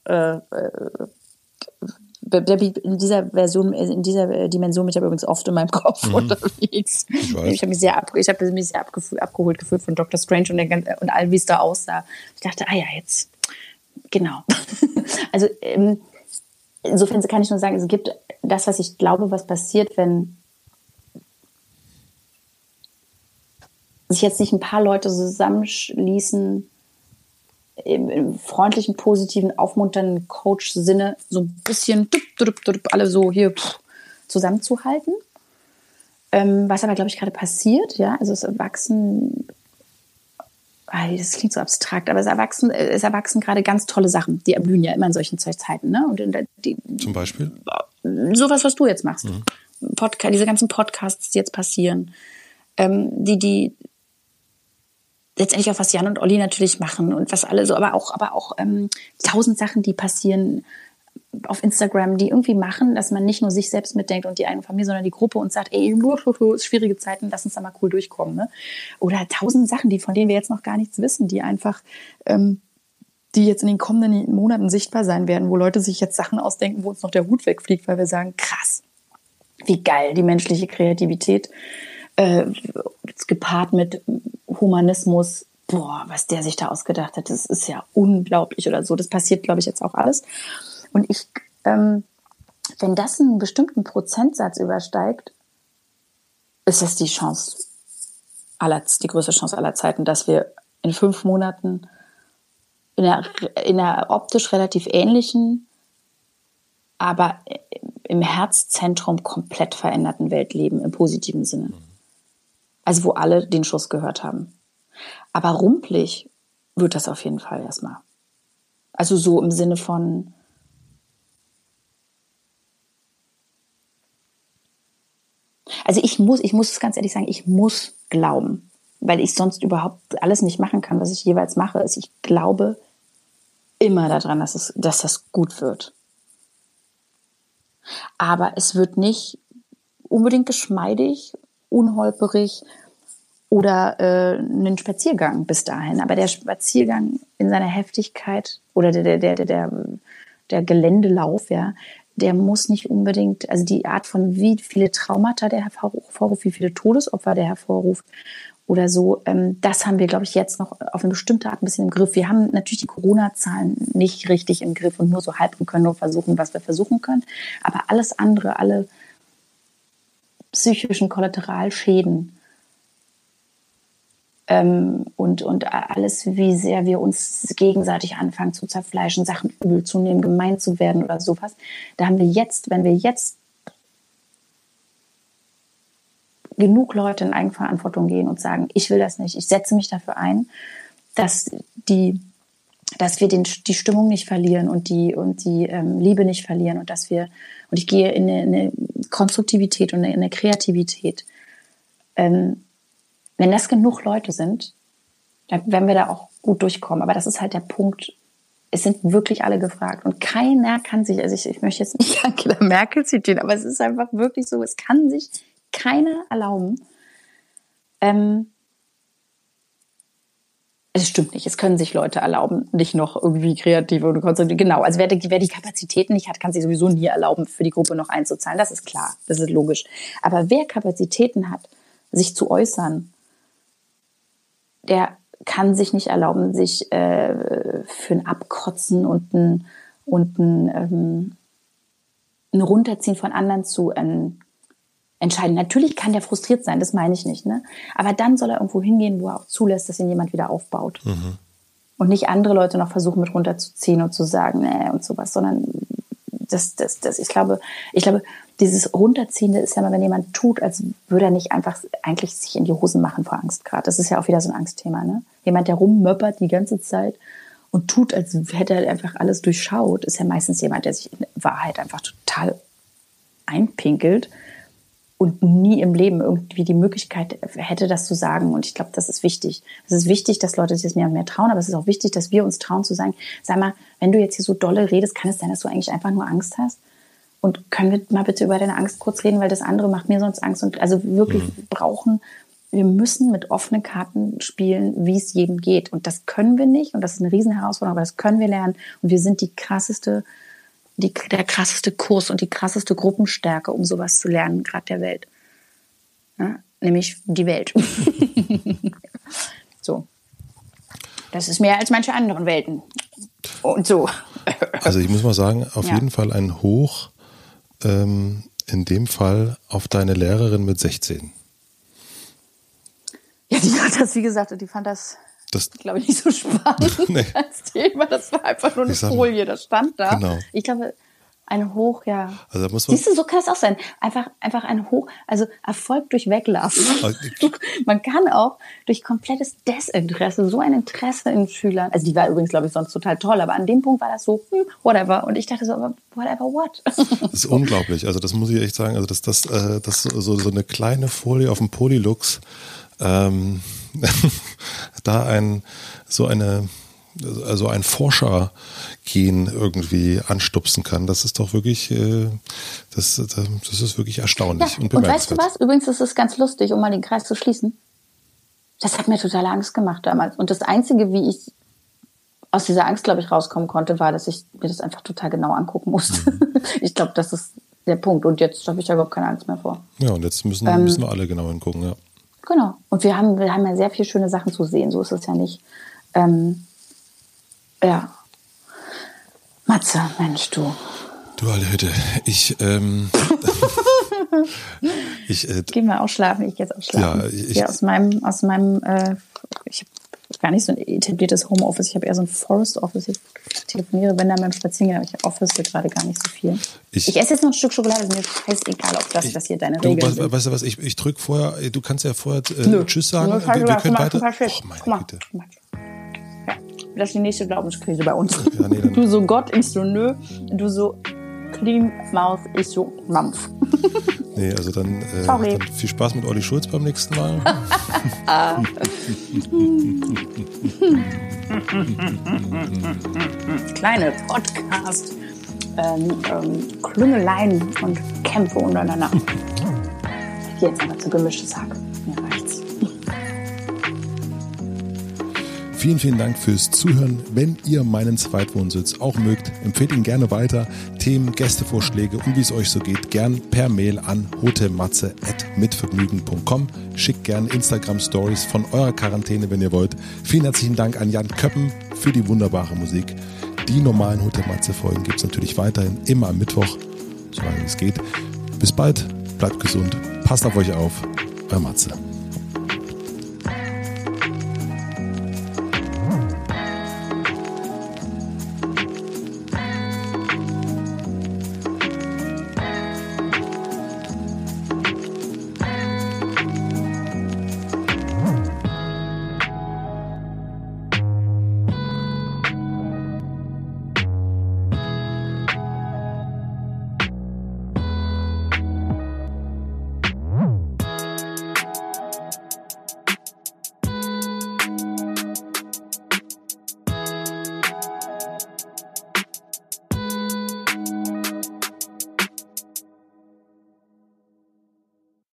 In dieser Version, in dieser Dimension bin ich aber übrigens oft in meinem Kopf unterwegs. Ich habe mich sehr abgeholt gefühlt von Dr. Strange und all, wie es da aussah. Ich dachte, jetzt, genau. Also insofern kann ich nur sagen, es gibt das, was ich glaube, was passiert, wenn sich jetzt nicht ein paar Leute zusammenschließen, im freundlichen, positiven, aufmunternden Coach-Sinne so ein bisschen alle so hier zusammenzuhalten. Was aber, glaube ich, gerade passiert, ja, also es erwachsen, das klingt so abstrakt, aber es erwachsen gerade ganz tolle Sachen, die erblühen ja immer in solchen Zeiten, ne? Und zum Beispiel? Sowas, was du jetzt machst. Diese ganzen Podcasts, die jetzt passieren, die letztendlich auch, was Jan und Olli natürlich machen und was alle so, aber auch 1000 Sachen, die passieren auf Instagram, die irgendwie machen, dass man nicht nur sich selbst mitdenkt und die eigene Familie, sondern die Gruppe und sagt, ist schwierige Zeiten, lass uns da mal cool durchkommen. Ne? Oder 1000 Sachen, von denen wir jetzt noch gar nichts wissen, die einfach, die jetzt in den kommenden Monaten sichtbar sein werden, wo Leute sich jetzt Sachen ausdenken, wo uns noch der Hut wegfliegt, weil wir sagen, krass, wie geil die menschliche Kreativität gepaart mit Humanismus, was der sich da ausgedacht hat, das ist ja unglaublich oder so. Das passiert, glaube ich, jetzt auch alles. Und wenn das einen bestimmten Prozentsatz übersteigt, ist das die größte Chance aller Zeiten, dass wir in 5 Monaten in einer optisch relativ ähnlichen, aber im Herzzentrum komplett veränderten Welt leben, im positiven Sinne. Also wo alle den Schuss gehört haben. Aber rumpelig wird das auf jeden Fall erstmal. Also so im Sinne von also ich muss es ganz ehrlich sagen, ich muss glauben, weil ich sonst überhaupt alles nicht machen kann, was ich jeweils mache. Also ich glaube immer daran, dass das gut wird. Aber es wird nicht unbedingt geschmeidig, unholperig oder einen Spaziergang bis dahin. Aber der Spaziergang in seiner Heftigkeit oder der Geländelauf, ja, der muss nicht unbedingt, also die Art von wie viele Traumata der hervorruft, wie viele Todesopfer der hervorruft oder so, das haben wir, glaube ich, jetzt noch auf eine bestimmte Art ein bisschen im Griff. Wir haben natürlich die Corona-Zahlen nicht richtig im Griff und nur so halb und können nur versuchen, was wir versuchen können. Aber alles andere, alle psychischen Kollateralschäden und alles, wie sehr wir uns gegenseitig anfangen zu zerfleischen, Sachen übel zu nehmen, gemein zu werden oder sowas, da haben wir jetzt, wenn wir jetzt genug Leute in Eigenverantwortung gehen und sagen, ich will das nicht, ich setze mich dafür ein, dass wir die Stimmung nicht verlieren und die Liebe nicht verlieren und ich gehe in eine Konstruktivität und in eine Kreativität. Wenn das genug Leute sind, dann werden wir da auch gut durchkommen. Aber das ist halt der Punkt. Es sind wirklich alle gefragt. Und keiner kann sich, also ich möchte jetzt nicht Angela Merkel zitieren, aber es ist einfach wirklich so, es kann sich keiner erlauben. Es stimmt nicht, es können sich Leute erlauben, nicht noch irgendwie kreativ und konstruktiv. Genau, also wer die Kapazitäten nicht hat, kann sich sowieso nie erlauben, für die Gruppe noch einzuzahlen. Das ist klar, das ist logisch. Aber wer Kapazitäten hat, sich zu äußern, der kann sich nicht erlauben, sich für ein Abkotzen und ein Runterziehen von anderen zu entscheiden. Natürlich kann der frustriert sein, das meine ich nicht, ne? Aber dann soll er irgendwo hingehen, wo er auch zulässt, dass ihn jemand wieder aufbaut. Mhm. Und nicht andere Leute noch versuchen, mit runterzuziehen und zu sagen, und sowas, sondern ich glaube, dieses Runterziehende ist ja mal, wenn jemand tut, als würde er nicht einfach eigentlich sich in die Hosen machen vor Angst gerade. Das ist ja auch wieder so ein Angstthema, ne? Jemand, der rummöppert die ganze Zeit und tut, als hätte er einfach alles durchschaut, ist ja meistens jemand, der sich in Wahrheit einfach total einpinkelt und nie im Leben irgendwie die Möglichkeit hätte, das zu sagen. Und ich glaube, das ist wichtig. Es ist wichtig, dass Leute sich das mehr und mehr trauen, aber es ist auch wichtig, dass wir uns trauen zu sagen, sag mal, wenn du jetzt hier so dolle redest, kann es sein, dass du eigentlich einfach nur Angst hast? Und können wir mal bitte über deine Angst kurz reden, weil das andere macht mir sonst Angst. Und also wirklich brauchen wir müssen mit offenen Karten spielen, wie es jedem geht. Und das können wir nicht. Und das ist eine Riesenherausforderung, aber das können wir lernen. Und wir sind der krasseste Kurs und die krasseste Gruppenstärke, um sowas zu lernen, gerade der Welt. Ja, nämlich die Welt. So. Das ist mehr als manche anderen Welten. Und so. Also ich muss mal sagen, auf jeden Fall ein Hoch, in dem Fall auf deine Lehrerin mit 16. Ja, die hat das, wie gesagt, und die fand das glaube ich, nicht so spannend Nee. als Thema. Das war einfach nur eine Folie, das stand da. Genau. Ich glaube, ein Hoch, ja. Also da muss man, Siehst du, so kann es auch sein. Einfach ein Hoch, also Erfolg durch Weglassen. Man kann auch durch komplettes Desinteresse, so ein Interesse in Schülern, also die war übrigens, glaube ich, sonst total toll, aber an dem Punkt war das so, whatever. Und ich dachte so, aber whatever what? das ist unglaublich. Also das muss ich echt sagen. Also das so eine kleine Folie auf dem Polylux, da ein Forschergen irgendwie anstupsen kann, das ist doch wirklich, das ist wirklich erstaunlich und und weißt du bemerkenswert. was? Übrigens ist es ganz lustig, um mal den Kreis zu schließen. Das hat mir total Angst gemacht damals. Und das Einzige, wie ich aus dieser Angst, glaube ich, rauskommen konnte, war, dass ich mir das einfach total genau angucken musste. Ich glaube, das ist der Punkt. Und jetzt habe ich da überhaupt keine Angst mehr vor. Ja, und jetzt müssen wir alle genau hingucken, ja. Genau. Und wir haben ja sehr viele schöne Sachen zu sehen. So ist es ja nicht. Ja. Matze, Mensch, du. Du alte Hütte, ich Geh mal ausschlafen, ich gehe jetzt ausschlafen. Ja, aus meinem ich habe gar nicht so ein etabliertes Homeoffice, ich habe eher so ein Forest Office. Ich telefoniere, wenn dann beim Spazierengehen, aber ich office gerade gar nicht so viel. Ich esse jetzt noch ein Stück Schokolade, ist mir scheißegal, ob das hier deine Regeln sind. Weißt du was, ich drücke vorher, du kannst ja vorher Tschüss sagen, wir können weiter. Oh, meine Güte. Ja, das ist die nächste Glaubenskrise bei uns. Ja, nee, du so Gott, ich so nö, du so clean mouth, ich so Mampf. Nee, also dann viel Spaß mit Olli Schulz beim nächsten Mal. Kleine Podcast Klüngeleien und Kämpfe untereinander. Ich gehe jetzt einfach zu gemischtes Hack. Mir reicht's. Vielen, vielen Dank fürs Zuhören. Wenn ihr meinen Zweitwohnsitz auch mögt, empfehlt ihn gerne weiter. Themen, Gästevorschläge und wie es euch so geht, gern per Mail an hotelmatze@mitvergnügen.com. Schickt gern Instagram-Stories von eurer Quarantäne, wenn ihr wollt. Vielen herzlichen Dank an Jan Köppen für die wunderbare Musik. Die normalen Hotel Matze-Folgen gibt es natürlich weiterhin, immer am Mittwoch, solange es geht. Bis bald, bleibt gesund, passt auf euch auf, euer Matze.